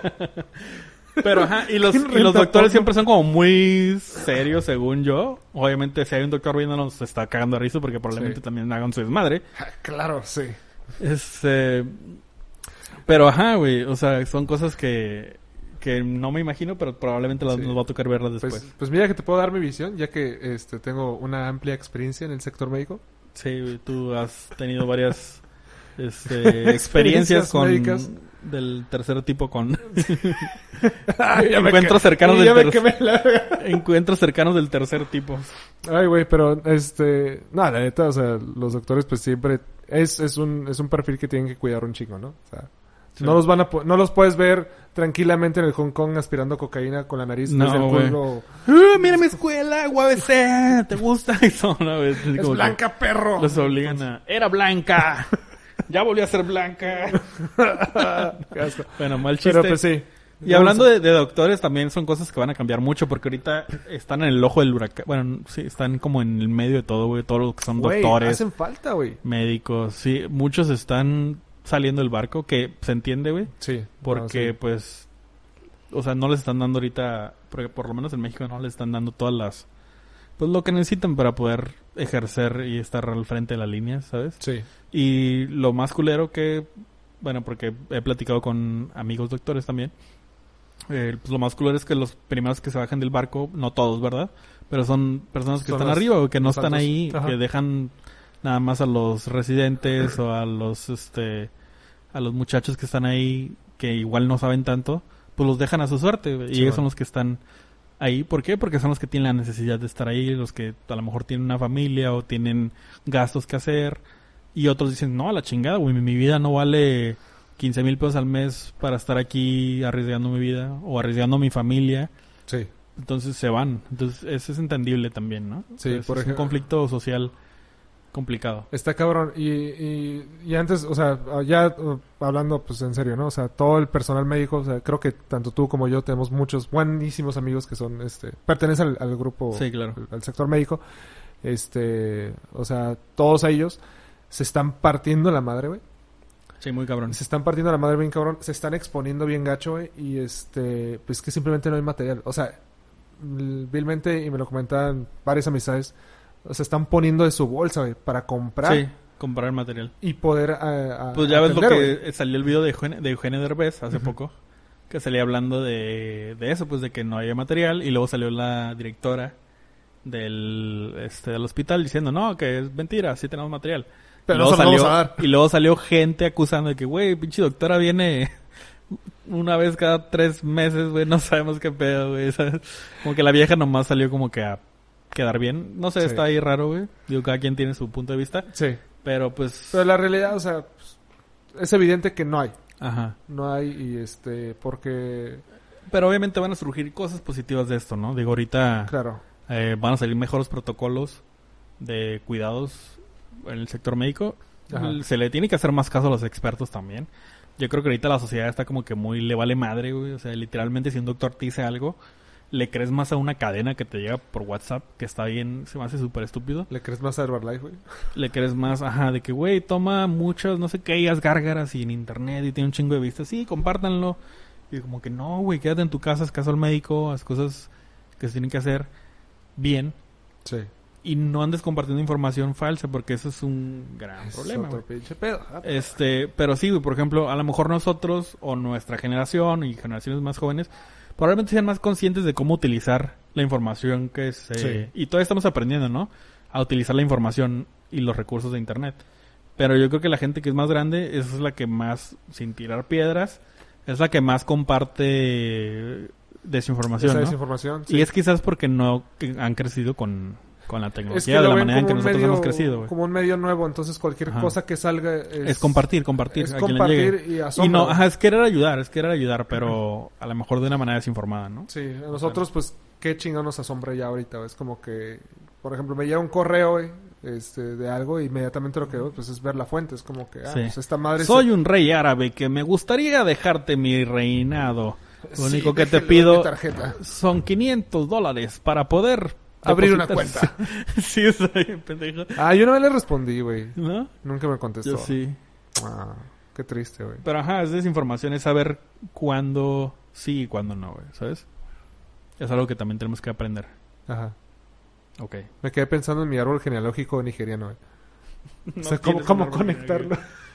Pero ajá, y los, y ¿Quién los renta doctores porno? siempre son como muy serios, según yo. Obviamente, si hay un doctor viéndonos, se está cagando a risa porque probablemente Sí. también hagan su desmadre. Ah, claro, sí. Este, pero ajá, güey, o sea, son cosas que, que no me imagino, pero probablemente las- Sí. nos va a tocar verlas después. Pues, pues mira que te puedo dar mi visión, ya que este tengo una amplia experiencia en el sector médico. Sí, güey, tú has tenido varias este, experiencias Experiencias con médicas. del tercer tipo con Ay, ya me encuentros que- cercanos ya del me ter- quemé la verga. encuentros cercanos del tercer tipo. Ay, güey, pero este, no, la neta, o sea, los doctores pues siempre es es un es un perfil que tienen que cuidar un chingo, ¿no? O sea, Sí. no los van a po- no los puedes ver tranquilamente en el Hong Kong aspirando cocaína con la nariz No, desde el güey. culo. ¡Uh, mira mi escuela, U A B C! ¿Te gusta? Eso, ¿no, güey? Así Es como que blanca, perro. Los obligan a... ¡Era blanca! ¡Ya volvió a ser blanca! Qué asco. Bueno, mal chiste. Pero pues sí. Y hablando de, de doctores, también son cosas que van a cambiar mucho, porque ahorita están en el ojo del huracán. Bueno, sí, están como en el medio de todo, güey. Todos los que son Güey, doctores, hacen falta, güey. médicos, sí. Muchos están saliendo del barco, que se entiende, güey. Sí. Porque, no, sí. pues, o sea, no les están dando ahorita, porque por lo menos en México no les están dando todas las, pues lo que necesitan para poder ejercer y estar al frente de la línea, ¿sabes? Sí. Y lo más culero que, bueno, porque he platicado con amigos doctores también, eh, pues lo más culero es que los primeros que se bajan del barco, no todos, ¿verdad? Pero son personas que Son están los- arriba o que no los están altos. ahí, Ajá. que dejan nada más a los residentes o a los, este, a los muchachos que están ahí, que igual no saben tanto, pues los dejan a su suerte, güey. Y Sí, ellos bueno. son los que están ahí. ¿Por qué? Porque son los que tienen la necesidad de estar ahí, los que a lo mejor tienen una familia o tienen gastos que hacer. Y otros dicen, no, a la chingada, güey, mi, mi vida no vale quince mil pesos al mes para estar aquí arriesgando mi vida o arriesgando mi familia. Sí. Entonces se van. Entonces eso es entendible también, ¿no? Sí, Entonces, por es un ejemplo- conflicto social complicado. Está cabrón. Y, y, y antes, o sea, ya uh, hablando pues en serio, ¿no? O sea, todo el personal médico, o sea, creo que tanto tú como yo tenemos muchos buenísimos amigos que son, este, pertenecen al, al grupo, Sí, claro. al, al sector médico. Este, o sea, todos ellos se están partiendo la madre, güey. Sí, muy cabrón. Se están partiendo la madre bien cabrón, se están exponiendo bien gacho, güey, y este, pues que simplemente no hay material. O sea, l- vilmente, y me lo comentaban varias amistades, o sea, están poniendo de su bolsa, güey, para comprar Sí, comprar material. y poder a- a- Pues ya ves lo atender, que salió el video de Eugenio, de Eugenio Derbez hace poco, que salía hablando de, de eso, pues de que no había material, y luego salió la directora del este del hospital diciendo, no, que es mentira, sí tenemos material. Pero y no luego se lo vamos salió, a dar. y luego salió gente acusando de que, güey, pinche doctora viene una vez cada tres meses, güey, no sabemos qué pedo, güey, ¿sabes? Como que la vieja nomás salió como que a quedar bien. No sé, Sí. está ahí raro, güey. Digo, cada quien tiene su punto de vista, Sí. pero pues... Pero la realidad, o sea, pues, es evidente que no hay. Ajá. No hay, y este, porque, Pero obviamente van a surgir cosas positivas de esto, ¿no? Digo, ahorita claro, eh, van a salir mejores protocolos de cuidados en el sector médico. Ajá. Se le tiene que hacer más caso a los expertos también. Yo creo que ahorita la sociedad está como que muy... Le vale madre, güey. O sea, literalmente si un doctor te dice algo, le crees más a una cadena que te llega por WhatsApp, que está bien... Se me hace súper estúpido. ¿Le crees más a Herbalife, güey? Le crees más, ajá, de que, güey, toma muchas, no sé qué, ellas gárgaras y en internet y tiene un chingo de vistas. Sí, compártanlo. Y como que no, güey, quédate en tu casa, haz caso al médico, haz cosas que se tienen que hacer bien. Sí. Y no andes compartiendo información falsa, porque eso es un gran Es problema, otro güey. pinche pedo. Ah, Este, pero sí, güey, por ejemplo, a lo mejor nosotros o nuestra generación y generaciones más jóvenes probablemente sean más conscientes de cómo utilizar la información que se... Sí. Y todavía estamos aprendiendo, ¿no? A utilizar la información y los recursos de internet. Pero yo creo que la gente que es más grande, esa es la que más, sin tirar piedras, es la que más comparte desinformación, esa ¿no? desinformación. Sí. Y es quizás porque no que han crecido con, con la Es tecnología que de lo la ven manera en como que un nosotros medio- hemos crecido, güey. como un medio nuevo, entonces cualquier Ajá. cosa que salga es... Es compartir, compartir. Es a quien le compartir llegue. y Y asombra, no, güey. ajá, es querer ayudar, es querer ayudar, pero a lo mejor de una manera desinformada, ¿no? Sí, a nosotros, pues, qué chingón nos asombra ya ahorita, güey. Es como que, por ejemplo, me llega un correo, güey, este, de algo, y inmediatamente lo que veo, pues, es ver la fuente. Es como que, ah, Sí. pues, esta madre... Soy un rey árabe que me gustaría dejarte mi reinado. Lo único que te déjelo, pido mi tarjeta. son quinientos dólares para poder Abrir una depositar- sí, está bien, pendejo. Ah, yo no le respondí, güey. ¿No? Nunca me contestó. Yo sí. Ah, qué triste, güey. Pero ajá, es desinformación, es saber cuándo sí y cuándo no, güey, ¿sabes? Es algo que también tenemos que aprender. Ajá. Ok. Me quedé pensando en mi árbol genealógico nigeriano, güey. No O sea, ¿cómo, tienes cómo un árbol conectarlo?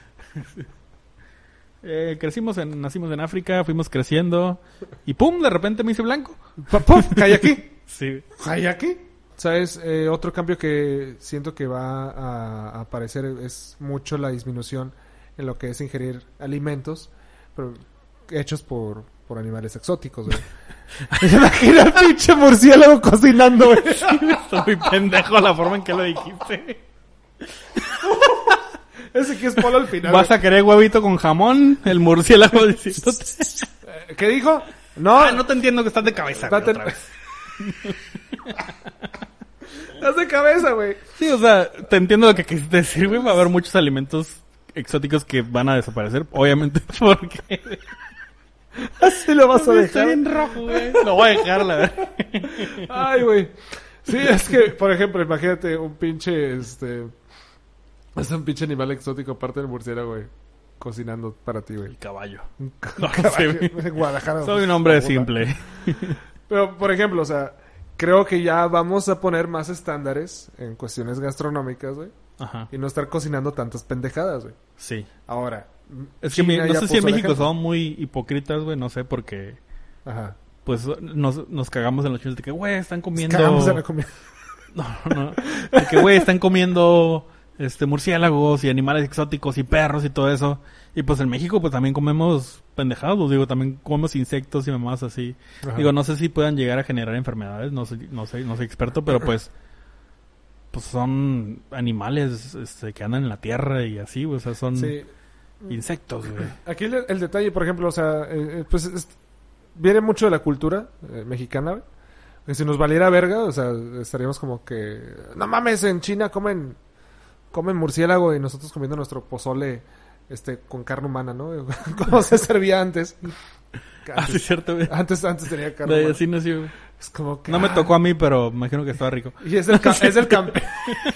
Eh, crecimos en, nacimos en África, fuimos creciendo y ¡pum! De repente me hice blanco. Pa- ¡Puf! ¡Cae aquí! Sí. ¿Cae aquí? ¿Sabes? Eh, otro cambio que siento que va a, a aparecer es mucho la disminución en lo que es ingerir alimentos pero hechos por, por animales exóticos, güey. Imagina el pinche murciélago cocinando, güey. Estoy muy pendejo la forma en que lo dijiste. Ese que es polo al final. ¿Vas a querer huevito con jamón? El murciélago diciéndote. güey. ¿Qué dijo? No, Ah, no te entiendo que estás de cabeza, güey, Date- otra vez. estás de cabeza, güey. Sí, o sea, te entiendo lo que quisiste decir, güey. Va a haber muchos alimentos exóticos que van a desaparecer. Obviamente, porque... Así lo vas a Estoy dejar. en rojo, güey. Lo voy a dejar, la verdad. Ay, güey. Sí, es que, por ejemplo, imagínate un pinche, este... Es un pinche animal exótico aparte del murciélago, güey. Cocinando para ti, güey. El caballo. Un No, caballo sí. en Guadalajara. Soy un hombre Puta. simple. Pero, por ejemplo, o sea, creo que ya vamos a poner más estándares en cuestiones gastronómicas, güey. Ajá. Y no estar cocinando tantas pendejadas, güey. Sí. Ahora, Es que mi- China no ya sé si en puso el México ejemplo. son muy hipócritas, güey. No sé, porque... Ajá. Pues nos, nos cagamos en los chinos de que, güey, están comiendo... Cagamos en la comida. No, no. De que, güey, están comiendo este murciélagos y animales exóticos y perros y todo eso. Y pues en México pues también comemos pendejados, digo, también comemos insectos y mamás así. Ajá. Digo, no sé si puedan llegar a generar enfermedades, no sé, no sé, no soy experto, pero pues pues son animales este, que andan en la tierra y así, o sea, son Sí. insectos, güey. Aquí el, el detalle, por ejemplo, o sea, eh, eh, pues es- viene mucho de la cultura eh, mexicana, güey. Que si nos valiera verga, o sea, estaríamos como que... No mames, en China comen comen murciélago y nosotros comiendo nuestro pozole este con carne humana, ¿no? Como se servía antes. Ah, sí, es cierto, güey. Antes, antes tenía carne De, humana. así nació, güey. Es como que... No me ah, tocó a mí, pero me imagino que estaba rico. Y es el, ca- es el campeón.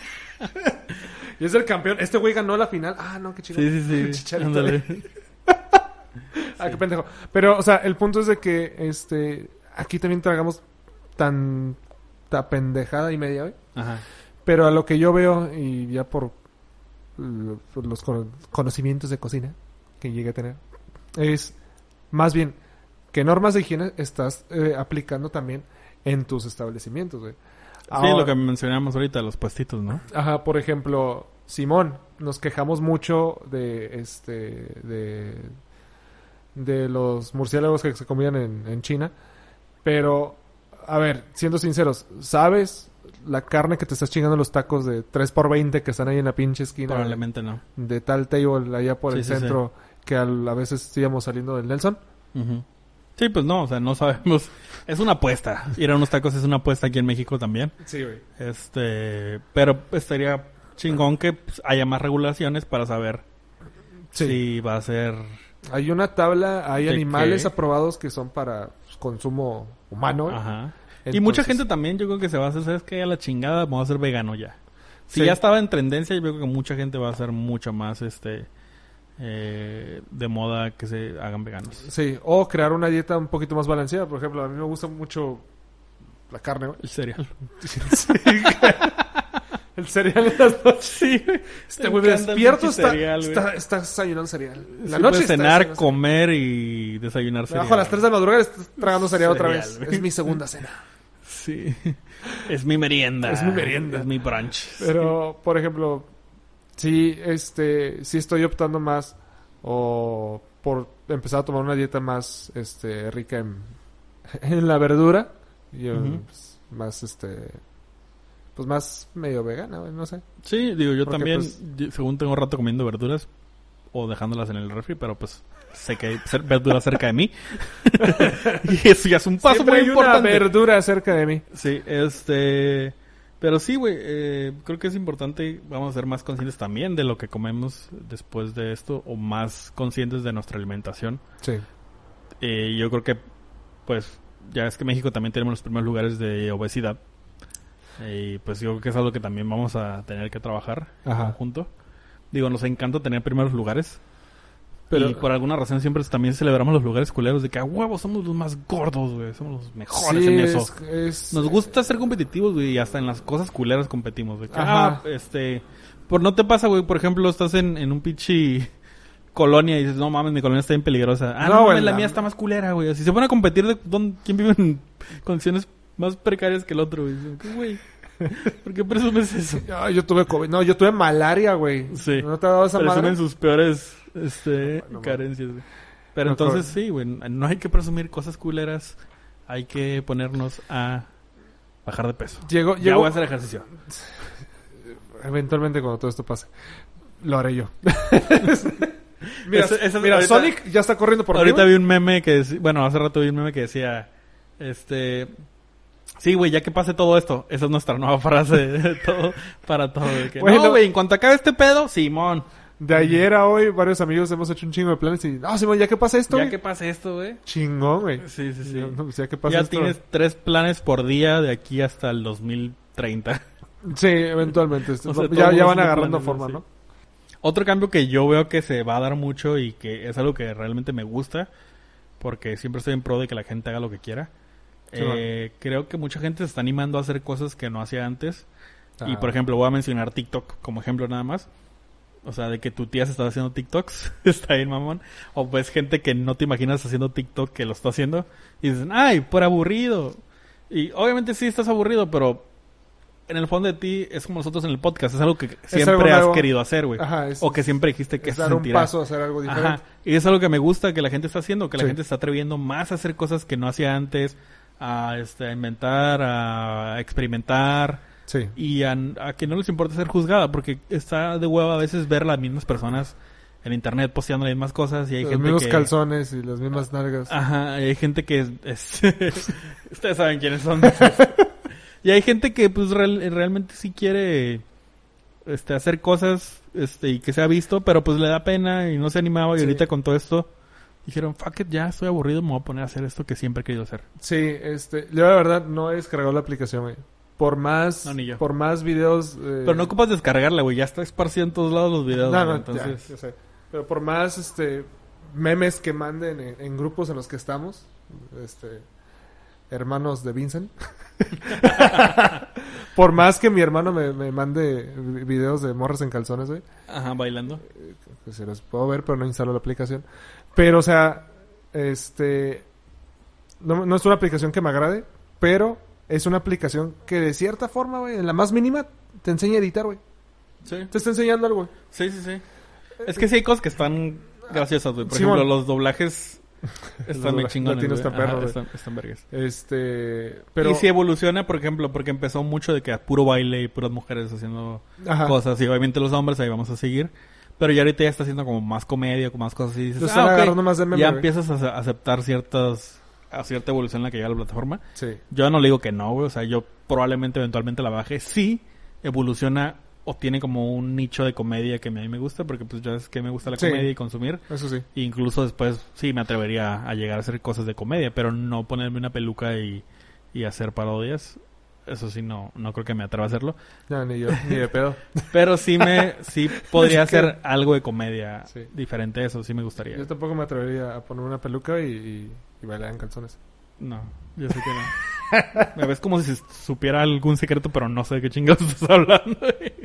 Y es el campeón. Este güey ganó la final. Ah, no, qué chido. Sí, sí, sí. Chicharito. Ándale. Ah, qué pendejo. Pero, o sea, el punto es de que este aquí también tragamos tan ta pendejada y media, güey. Ajá. Pero a lo que yo veo, y ya por, l- por los cono- conocimientos de cocina que llegué a tener, es más bien qué normas de higiene estás eh, aplicando también en tus establecimientos, güey. Sí, Ahora- lo que mencionamos ahorita, los puestitos, ¿no? Ajá, por ejemplo, Simón, nos quejamos mucho de este de de los murciélagos que se comían en, en China, pero a ver, siendo sinceros, ¿sabes la carne que te estás chingando en los tacos de tres por veinte que están ahí en la pinche esquina Probablemente no. de tal table allá por Sí, el sí, centro que a, a veces íbamos saliendo del Nelson? Ujú. Sí, pues no, o sea, no sabemos. Es una apuesta. Ir a unos tacos es una apuesta aquí en México también. Sí, güey. Este, pero estaría chingón que pues, haya más regulaciones para saber Sí. si va a ser Hay una tabla, hay ¿De animales qué? aprobados que son para pues, consumo humano, güey. Ajá. Y Entonces- mucha gente también, yo creo que se va a hacer, ¿sabes qué? A la chingada, vamos a ser vegano ya. Si Sí. ya estaba en tendencia, yo creo que mucha gente va a ser mucho más, este, eh, de moda que se hagan veganos. Sí, o crear una dieta un poquito más balanceada. Por ejemplo, a mí me gusta mucho la carne, güey. El cereal. El cereal en las noches. Sí, güey. Este Me güey encanta el despierto, pinche está, cereal, güey. está, está desayunando cereal. En la Sí, noche puedes está cenar, desayunando comer y desayunar cereal. cereal. Bajo a las tres de la madrugada estás tragando cereal otra Cereal, vez. güey. Es mi segunda cena. Sí. Es mi merienda. Es mi merienda. Es mi brunch. Pero, por ejemplo, sí, este, sí estoy optando más o por empezar a tomar una dieta más, este, rica en, en la verdura y Ujú. pues, más, este, pues más medio vegana, güey, no sé. Sí, digo, yo Porque, también, pues- yo- según tengo rato comiendo verduras o dejándolas en el refri, pero pues sé que hay cer- verduras cerca de mí. Y eso ya es un paso Siempre muy hay importante. una verdura cerca de mí. Sí, este... Pero sí, güey, eh, creo que es importante, vamos a ser más conscientes también de lo que comemos después de esto, o más conscientes de nuestra alimentación. Sí. Eh, yo creo que, pues, ya es que México también tenemos los primeros lugares de obesidad. Eh, Y pues yo creo que es algo que también vamos a tener que trabajar en Ajá. conjunto. Digo, nos encanta tener primeros lugares. Pero- Y por alguna razón siempre también celebramos los lugares culeros de que a huevo somos los más gordos, güey. Somos los mejores Sí, en eso. es- es- Nos gusta ser competitivos, güey, y hasta en las cosas culeras competimos. De que, Ajá. ah, este... Por no te pasa, güey, por ejemplo, estás en, en un pinche colonia y dices, no mames, mi colonia está bien peligrosa. Ah, No, no, güey, mames, la la- mía está más culera, güey. Si se pone a competir de dónde- quién vive en condiciones más precarias que el otro, güey. ¿Qué, güey? ¿Por qué presumes eso? Ah, yo tuve COVID. No, yo tuve malaria, güey. Sí. ¿No te ha dado esa madre? Presumen sus peores este, No, no, carencias, güey. Pero Me entonces acuerdo. sí, güey, no hay que presumir cosas culeras. Hay que ponernos a bajar de peso. Llegó, Ya llegó- voy a hacer ejercicio. Eventualmente cuando todo esto pase. Lo haré yo. mira, Eso- eso- mira ahorita- Sonic ya está corriendo por mí, Ahorita güey. vi un meme que... dec- Bueno, hace rato vi un meme que decía... Este... Sí, güey, ya que pase todo esto. Esa es nuestra nueva frase de todo, para todo. De que, Bueno. no, güey, en cuanto acabe este pedo, Simón. De ayer a hoy, varios amigos hemos hecho un chingo de planes y... No, Simón, ya que pasa esto, Ya güey. que pase esto, güey. Chingón, güey. Sí, sí, sí. Ya, no, pues ya que pasa Ya esto. tienes tres planes por día de aquí hasta el dos mil treinta. Sí, eventualmente. Esto- O sea, ya, todos ya van haciendo agarrando planes, forma, sí. ¿no? Otro cambio que yo veo que se va a dar mucho y que es algo que realmente me gusta, porque siempre estoy en pro de que la gente haga lo que quiera. Sí, Eh, creo que mucha gente se está animando a hacer cosas que no hacía antes. Y Ah. por ejemplo, voy a mencionar TikTok como ejemplo nada más. O sea, de que tu tía se está haciendo TikToks, está bien mamón. O pues gente que no te imaginas haciendo TikTok que lo está haciendo. Y dicen, ay, por aburrido. Y obviamente sí estás aburrido, pero en el fondo de ti es como nosotros en el podcast. Es algo que siempre algo has nuevo. querido hacer, güey. Ajá, es- O que siempre dijiste que Es se dar un sentirá. paso a hacer algo diferente. Ajá. Y es algo que me gusta que la gente está haciendo, que la Sí. gente está atreviendo más a hacer cosas que no hacía antes, a, este, a inventar, a experimentar Sí. y a, a que no les importa ser juzgada, porque está de huevo a veces ver las mismas personas en internet posteando las mismas cosas y hay Los gente mismos que... calzones y las mismas nalgas. Ajá, hay gente que es... es- ustedes saben quiénes son. Y hay gente que pues real- realmente sí quiere este hacer cosas este y que se ha visto, pero pues le da pena y no se animaba y Sí. ahorita con todo esto dijeron, fuck it, ya estoy aburrido, me voy a poner a hacer esto que siempre he querido hacer. Sí, este... Yo la verdad no he descargado la aplicación, güey. Por más... No, ni yo. Por más videos... eh, Pero no ocupas descargarla, güey, ya está esparcida en todos lados los videos. No, güey, no, entonces... ya, yo sé. Pero por más este memes que manden en, en grupos en los que estamos, este hermanos de Vincent. Por más que mi hermano me, me mande videos de morras en calzones, güey, Ajá, bailando. que se los puedo ver, pero no instalo la aplicación. Pero, o sea, este no, no es una aplicación que me agrade, pero es una aplicación que de cierta forma, güey, en la más mínima, te enseña a editar, güey. Sí. Te está enseñando algo, güey. Sí, sí, sí. Es que sí hay cosas que están graciosas, güey. Por Simón. ejemplo, los doblajes están muy doblajes chingones, latinos güey. están perros, Ajá, güey. están, están vergas. Este, pero Y si evoluciona, por ejemplo, porque empezó mucho de que a puro baile y puras mujeres haciendo Ajá. cosas. Y obviamente los hombres ahí vamos a seguir. Pero ya ahorita ya está haciendo como más comedia, con más cosas y dices, Lo están ah, ok. agarrando más de meme, Ya güey. empiezas a ace- aceptar ciertas... a cierta evolución en la que llega la plataforma. Sí. Yo no le digo que no, güey. O sea, yo probablemente eventualmente la baje. Sí evoluciona o tiene como un nicho de comedia que a mí me gusta, porque pues ya es que me gusta la Sí. comedia y consumir. Eso sí. E incluso después sí me atrevería a llegar a hacer cosas de comedia, pero no ponerme una peluca y, y hacer parodias. Eso sí, no no creo que me atreva a hacerlo. Ya, ni yo, ni de pedo. Pero sí me sí podría Es que- hacer algo de comedia Sí. diferente. Eso sí me gustaría. Yo tampoco me atrevería a poner una peluca y, y, y bailar en calzones. No, yo sé que no. Me ves como si supiera algún secreto, pero no sé de qué chingados estás hablando.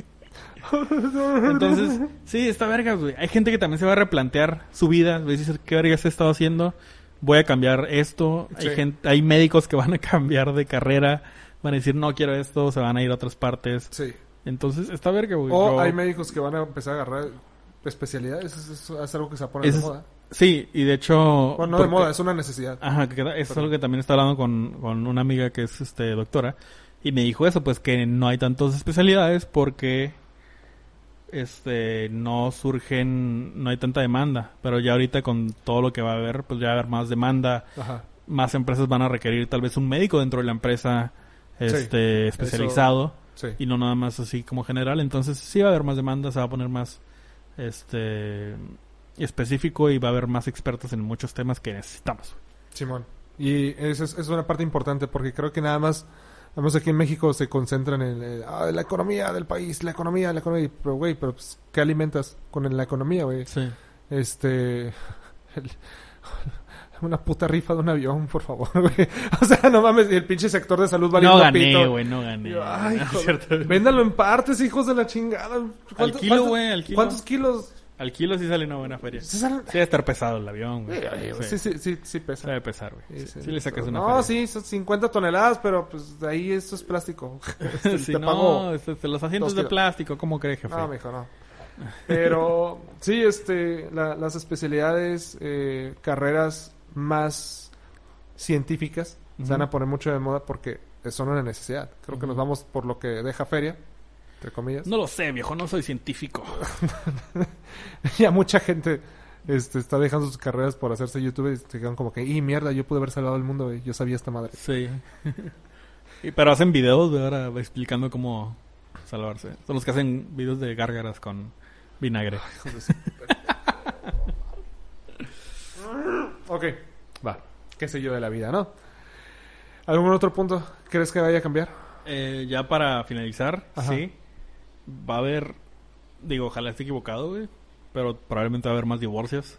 Entonces, sí, está verga, güey. Hay gente que también se va a replantear su vida. Va a decir, ¿qué vergas he estado haciendo? Voy a cambiar esto. Sí. Hay gente, hay médicos que van a cambiar de carrera. Van a decir, no quiero esto. Se van a ir a otras partes. Sí. Entonces, está verga, güey. O Yo- hay médicos que van a empezar a agarrar especialidades. Eso, eso es algo que se va a poner Eso de es- moda. Sí, y de hecho... Bueno, no de porque- moda, es una necesidad. Ajá, que es Perdón. algo que también está hablando con, con una amiga que es este doctora. Y me dijo eso, pues que no hay tantas especialidades porque este no surgen, no hay tanta demanda. Pero ya ahorita con todo lo que va a haber, pues ya va a haber más demanda. Ajá. Más empresas van a requerir tal vez un médico dentro de la empresa este especializado. Sí. Y no nada más así como general. Entonces sí va a haber más demanda, se va a poner más este específico y va a haber más expertos en muchos temas que necesitamos. Simón. Y esa es, es una parte importante porque creo que nada más, vamos aquí en México se concentran en eh, ah, la economía del país, la economía, la economía. Pero, güey, pero pues, ¿qué alimentas con la economía, güey? Sí. Este... el- una puta rifa de un avión, por favor, güey. O sea, no mames, y el pinche sector de salud valiendo No gané, pito. güey, no gané. Yo, ay, No, es joder. cierto. Véndalo en partes, hijos de la chingada. ¿Cuánto- kilo, cuánto- güey, al kilo. ¿Cuántos kilos? Al kilo sí sale una buena feria. Sí Sí, salen- debe estar pesado el avión, güey. Sí, sí, sí, sí pesa. Debe pesar, güey. Sí, Sí, sí le sacas una no, feria. sí, son cincuenta toneladas, pero pues de ahí esto es plástico. Este, Sí, te no, pago- este, este, los asientos dos de kilos. plástico, ¿cómo crees, jefe? No, mijo, no. Pero sí, este, la- las especialidades, eh, carreras más científicas Ujú. se van a poner mucho de moda porque son una necesidad. Creo que Ujú. nos vamos por lo que deja feria, entre comillas. No lo sé, viejo, no soy científico. Ya mucha gente este, está dejando sus carreras por hacerse youtuber y se quedan como que, y mierda, yo pude haber salvado el mundo, güey. Yo sabía esta madre. Sí. Y, pero hacen videos de ahora explicando cómo salvarse. Son los que hacen videos de gárgaras con vinagre. Ok, va. Qué sé yo de la vida, ¿no? ¿Algún otro punto crees que vaya a cambiar? Eh, ya para finalizar, Ajá. sí. Va a haber, digo, ojalá esté equivocado, güey. Pero probablemente va a haber más divorcios.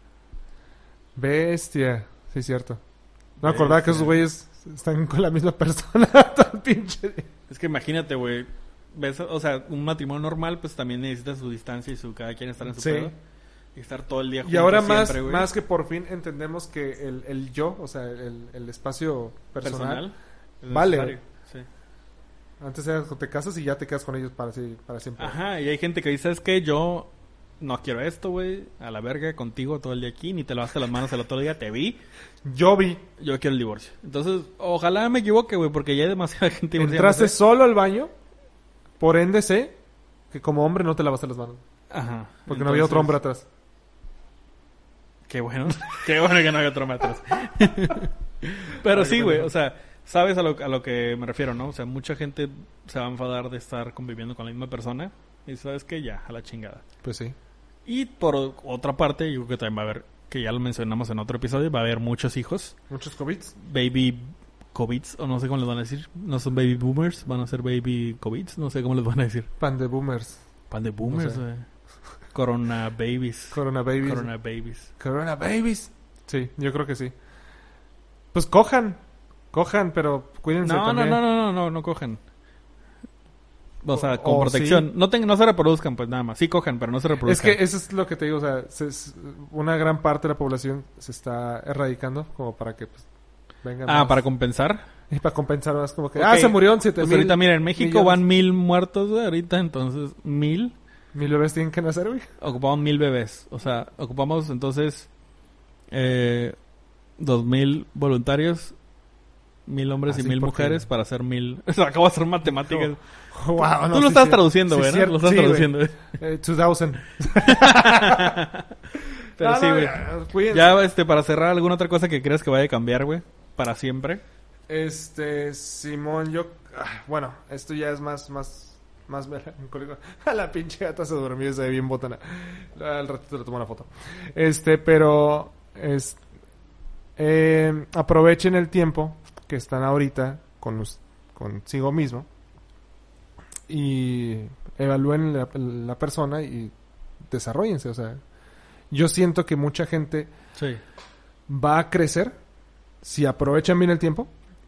Bestia. Sí, cierto. No Bestia. acordaba que esos güeyes están con la misma persona. Tan pinche. Es que imagínate, güey. Ves, o sea, un matrimonio normal, pues también necesita su distancia y su cada quien estar en su Sí. pedo. Y estar todo el día Y juntos ahora más, siempre, güey. más que por fin entendemos que el, el yo, o sea, el, el espacio personal, es vale, necesario. Sí. antes era que te casas y ya te quedas con ellos para, sí- para siempre. Ajá, y hay gente que dice, ¿sabes qué? Yo no quiero esto, güey. A la verga contigo todo el día aquí. Ni te lavaste las manos el otro día. Te vi. Yo vi. Yo quiero el divorcio. Entonces, ojalá me equivoque, güey. Porque ya hay demasiada gente Entraste divorciándose. solo al baño, por ende sé que como hombre no te lavaste las manos. Ajá. Porque no había otro hombre atrás. Qué bueno. Qué bueno que no había otro hombre atrás. Pero Ay, sí, qué güey. pendejo. O sea, sabes a lo, a lo que me refiero, ¿no? O sea, mucha gente se va a enfadar de estar conviviendo con la misma persona. Y sabes que ya, a la chingada. Pues sí. Y por otra parte, yo creo que también va a haber, que ya lo mencionamos en otro episodio, va a haber muchos hijos. Muchos COVID. Baby COVIDs, o no sé cómo les van a decir. No son baby boomers, van a ser baby COVIDs. No sé cómo les van a decir. Pan de boomers. Pan de boomers, No sé. güey. Corona babies. Corona babies. Corona babies. Corona babies. Sí, yo creo que sí. Pues cojan. Cojan, pero cuídense No, no, también. no, no, no, no, no cojan. O sea, O- con o protección. sí. No, ten- no se reproduzcan, pues nada más. Sí cojan, pero no se Es reproduzcan. que eso es lo que te digo, o sea, se- es- una gran parte de la población se está erradicando como para que pues, vengan Ah, más. para compensar. Y para compensar más como que, Ok. ah, se murieron siete Pues mil. ahorita, mira, en México millones. van mil muertos, güey, ahorita, entonces, mil. Mil bebés tienen que nacer, güey. Ocupamos mil bebés. O sea, ocupamos entonces eh, dos mil voluntarios, mil hombres Así y mil porque- mujeres para hacer mil. O sea, acabo de hacer matemáticas. Wow, no, Tú lo sí, estás sí. traduciendo, Sí, güey, ¿no? cierto, Lo estás sí, güey. traduciendo, güey. Eh, dos mil. Pero No, sí, no, güey. ya, cuídense. Ya, este, para cerrar, ¿alguna otra cosa que creas que vaya a cambiar, güey? Para siempre. Este, Simón, yo... ah, bueno, esto ya es más, más, más melancólico. La pinche gata se durmió y se ve bien botana. Al ratito le tomo una foto. Este, pero... es eh, aprovechen el tiempo que están ahorita con consigo mismo y evalúen la, la persona y desarróllense. O sea, yo siento que mucha gente sí. va a crecer si aprovechan bien el tiempo,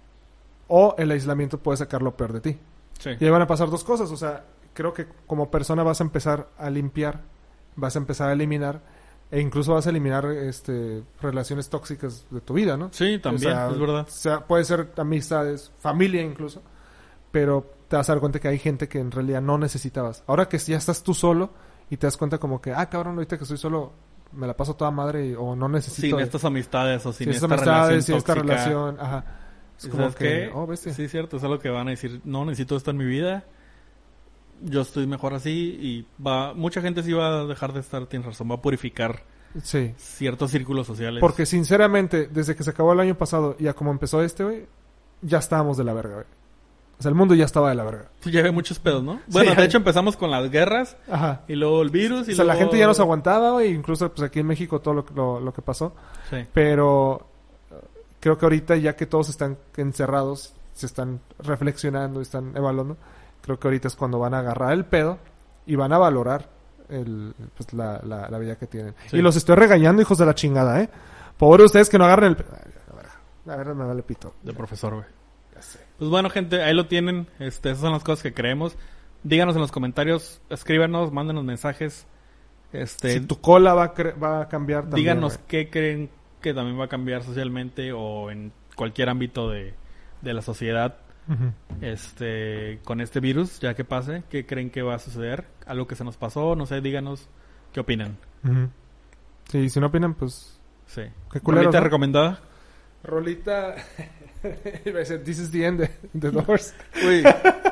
o el aislamiento puede sacar lo peor de ti. Sí. Y ahí van a pasar dos cosas. O sea, creo que como persona vas a empezar a limpiar, vas a empezar a eliminar, e incluso vas a eliminar este relaciones tóxicas de tu vida, ¿no? Sí, también, o sea, es verdad. O sea, puede ser amistades, familia incluso, pero te vas a dar cuenta que hay gente que en realidad no necesitabas. Ahora que ya estás tú solo y te das cuenta como que, ah, cabrón, ahorita que estoy solo me la paso toda madre y, o no necesito... Sin de, estas amistades o sin, sin esta estas amistades, sin relación esta tóxica. relación, ajá. Es como ¿Sabes que, qué? oh, bestia. Sí, cierto, es algo que van a decir, no necesito esto en mi vida, yo estoy mejor así, y va, mucha gente sí va a dejar de estar, tienes razón, va a purificar Sí. ciertos círculos sociales. Porque sinceramente, desde que se acabó el año pasado y a como empezó este, güey, ya estábamos de la verga, güey. O sea, el mundo ya estaba de la verga. Sí, ya había muchos pedos, ¿no? Bueno, Sí, de hay- hecho empezamos con las guerras, Ajá. y luego el virus, y O sea, la luego- gente ya nos aguantaba, güey, incluso pues aquí en México todo lo, lo, lo que pasó. Sí. Pero eh, creo que ahorita, ya que todos están encerrados, se están reflexionando, están evaluando, creo que ahorita es cuando van a agarrar el pedo y van a valorar el, pues, la, la, la vida que tienen. Sí. Y los estoy regañando, hijos de la chingada, ¿eh? Pobre ustedes que no agarren el... Ay, a ver, la verdad me vale pito. De profesor, güey. Ya sé. Pues bueno, gente, ahí lo tienen. Este, esas son las cosas que creemos. Díganos en los comentarios, escríbanos, mándenos mensajes. Este, Si tu cola va a, cre- va a cambiar también, díganos güey. qué creen que también va a cambiar socialmente o en cualquier ámbito de, de la sociedad, Ujú. este, con este virus, ya que pase. ¿Qué creen que va a suceder? Algo que se nos pasó, no sé, díganos qué opinan. Ujú. Sí, si no opinan, pues... Sí. Qué culeros, ¿Rolita ¿no? recomendada? Rolita... Iba a decir, this is the end de The Doors. Uy,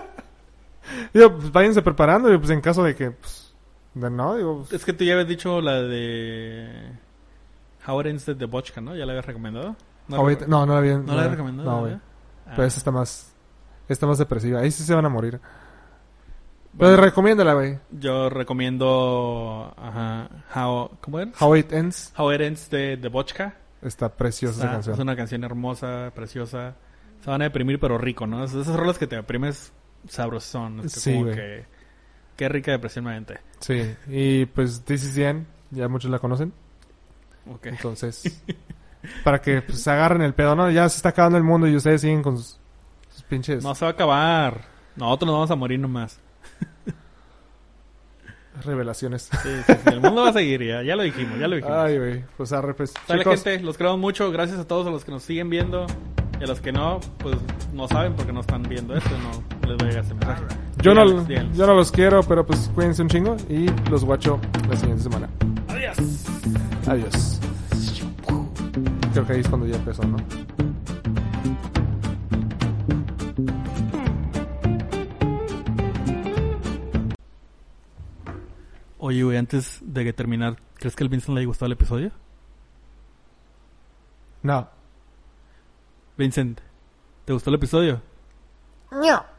Digo, pues váyanse preparando, digo, pues en caso de que... Pues, de no, digo... es que tú ya habías dicho la de How It Ends de The Vodka, ¿no? ¿Ya la habías recomendado? No, ahorita- recu- no, no la había... ¿No la habías recomendado? No, güey. ¿verdad? Ah. Pero esa está más... Está más depresiva. Ahí sí se van a morir. Bueno, Pero recomiéndala, güey. yo recomiendo ajá, How, ¿cómo era? How It Ends. How It Ends de The Vodka. Está preciosa esa Está- canción. Es una canción hermosa, preciosa. Se van a deprimir, pero rico, ¿no? Es de esas rolas que te deprimes sabrosón. Es que Sí, como güey. que... Qué rica depresión mente. Sí. Y pues This is the End. Ya muchos la conocen. Ok. Entonces... para que pues, se agarren el pedo, ¿no? Ya se está acabando el mundo y ustedes siguen con sus, sus pinches No se va a acabar. Nosotros nos vamos a morir nomás. revelaciones. Sí, sí, sí. El mundo va a seguir, ya, ya lo dijimos, ya lo dijimos. Ay, güey. Pues arre, pues. Dale, Chicos, gente, los queremos mucho. Gracias a todos a los que nos siguen viendo. Y a los que no, pues no saben porque no están viendo esto. No les voy a llegar ese mensaje. yo no, Díganles, díganles. yo no los quiero, pero pues cuídense un chingo y los guacho la siguiente semana. Adiós. Adiós. Creo que ahí es cuando ya empezó, ¿no? Oye, güey, antes de que terminar, ¿crees que al Vincent le haya gustado el episodio? No. Vincent, ¿te gustó el episodio? No.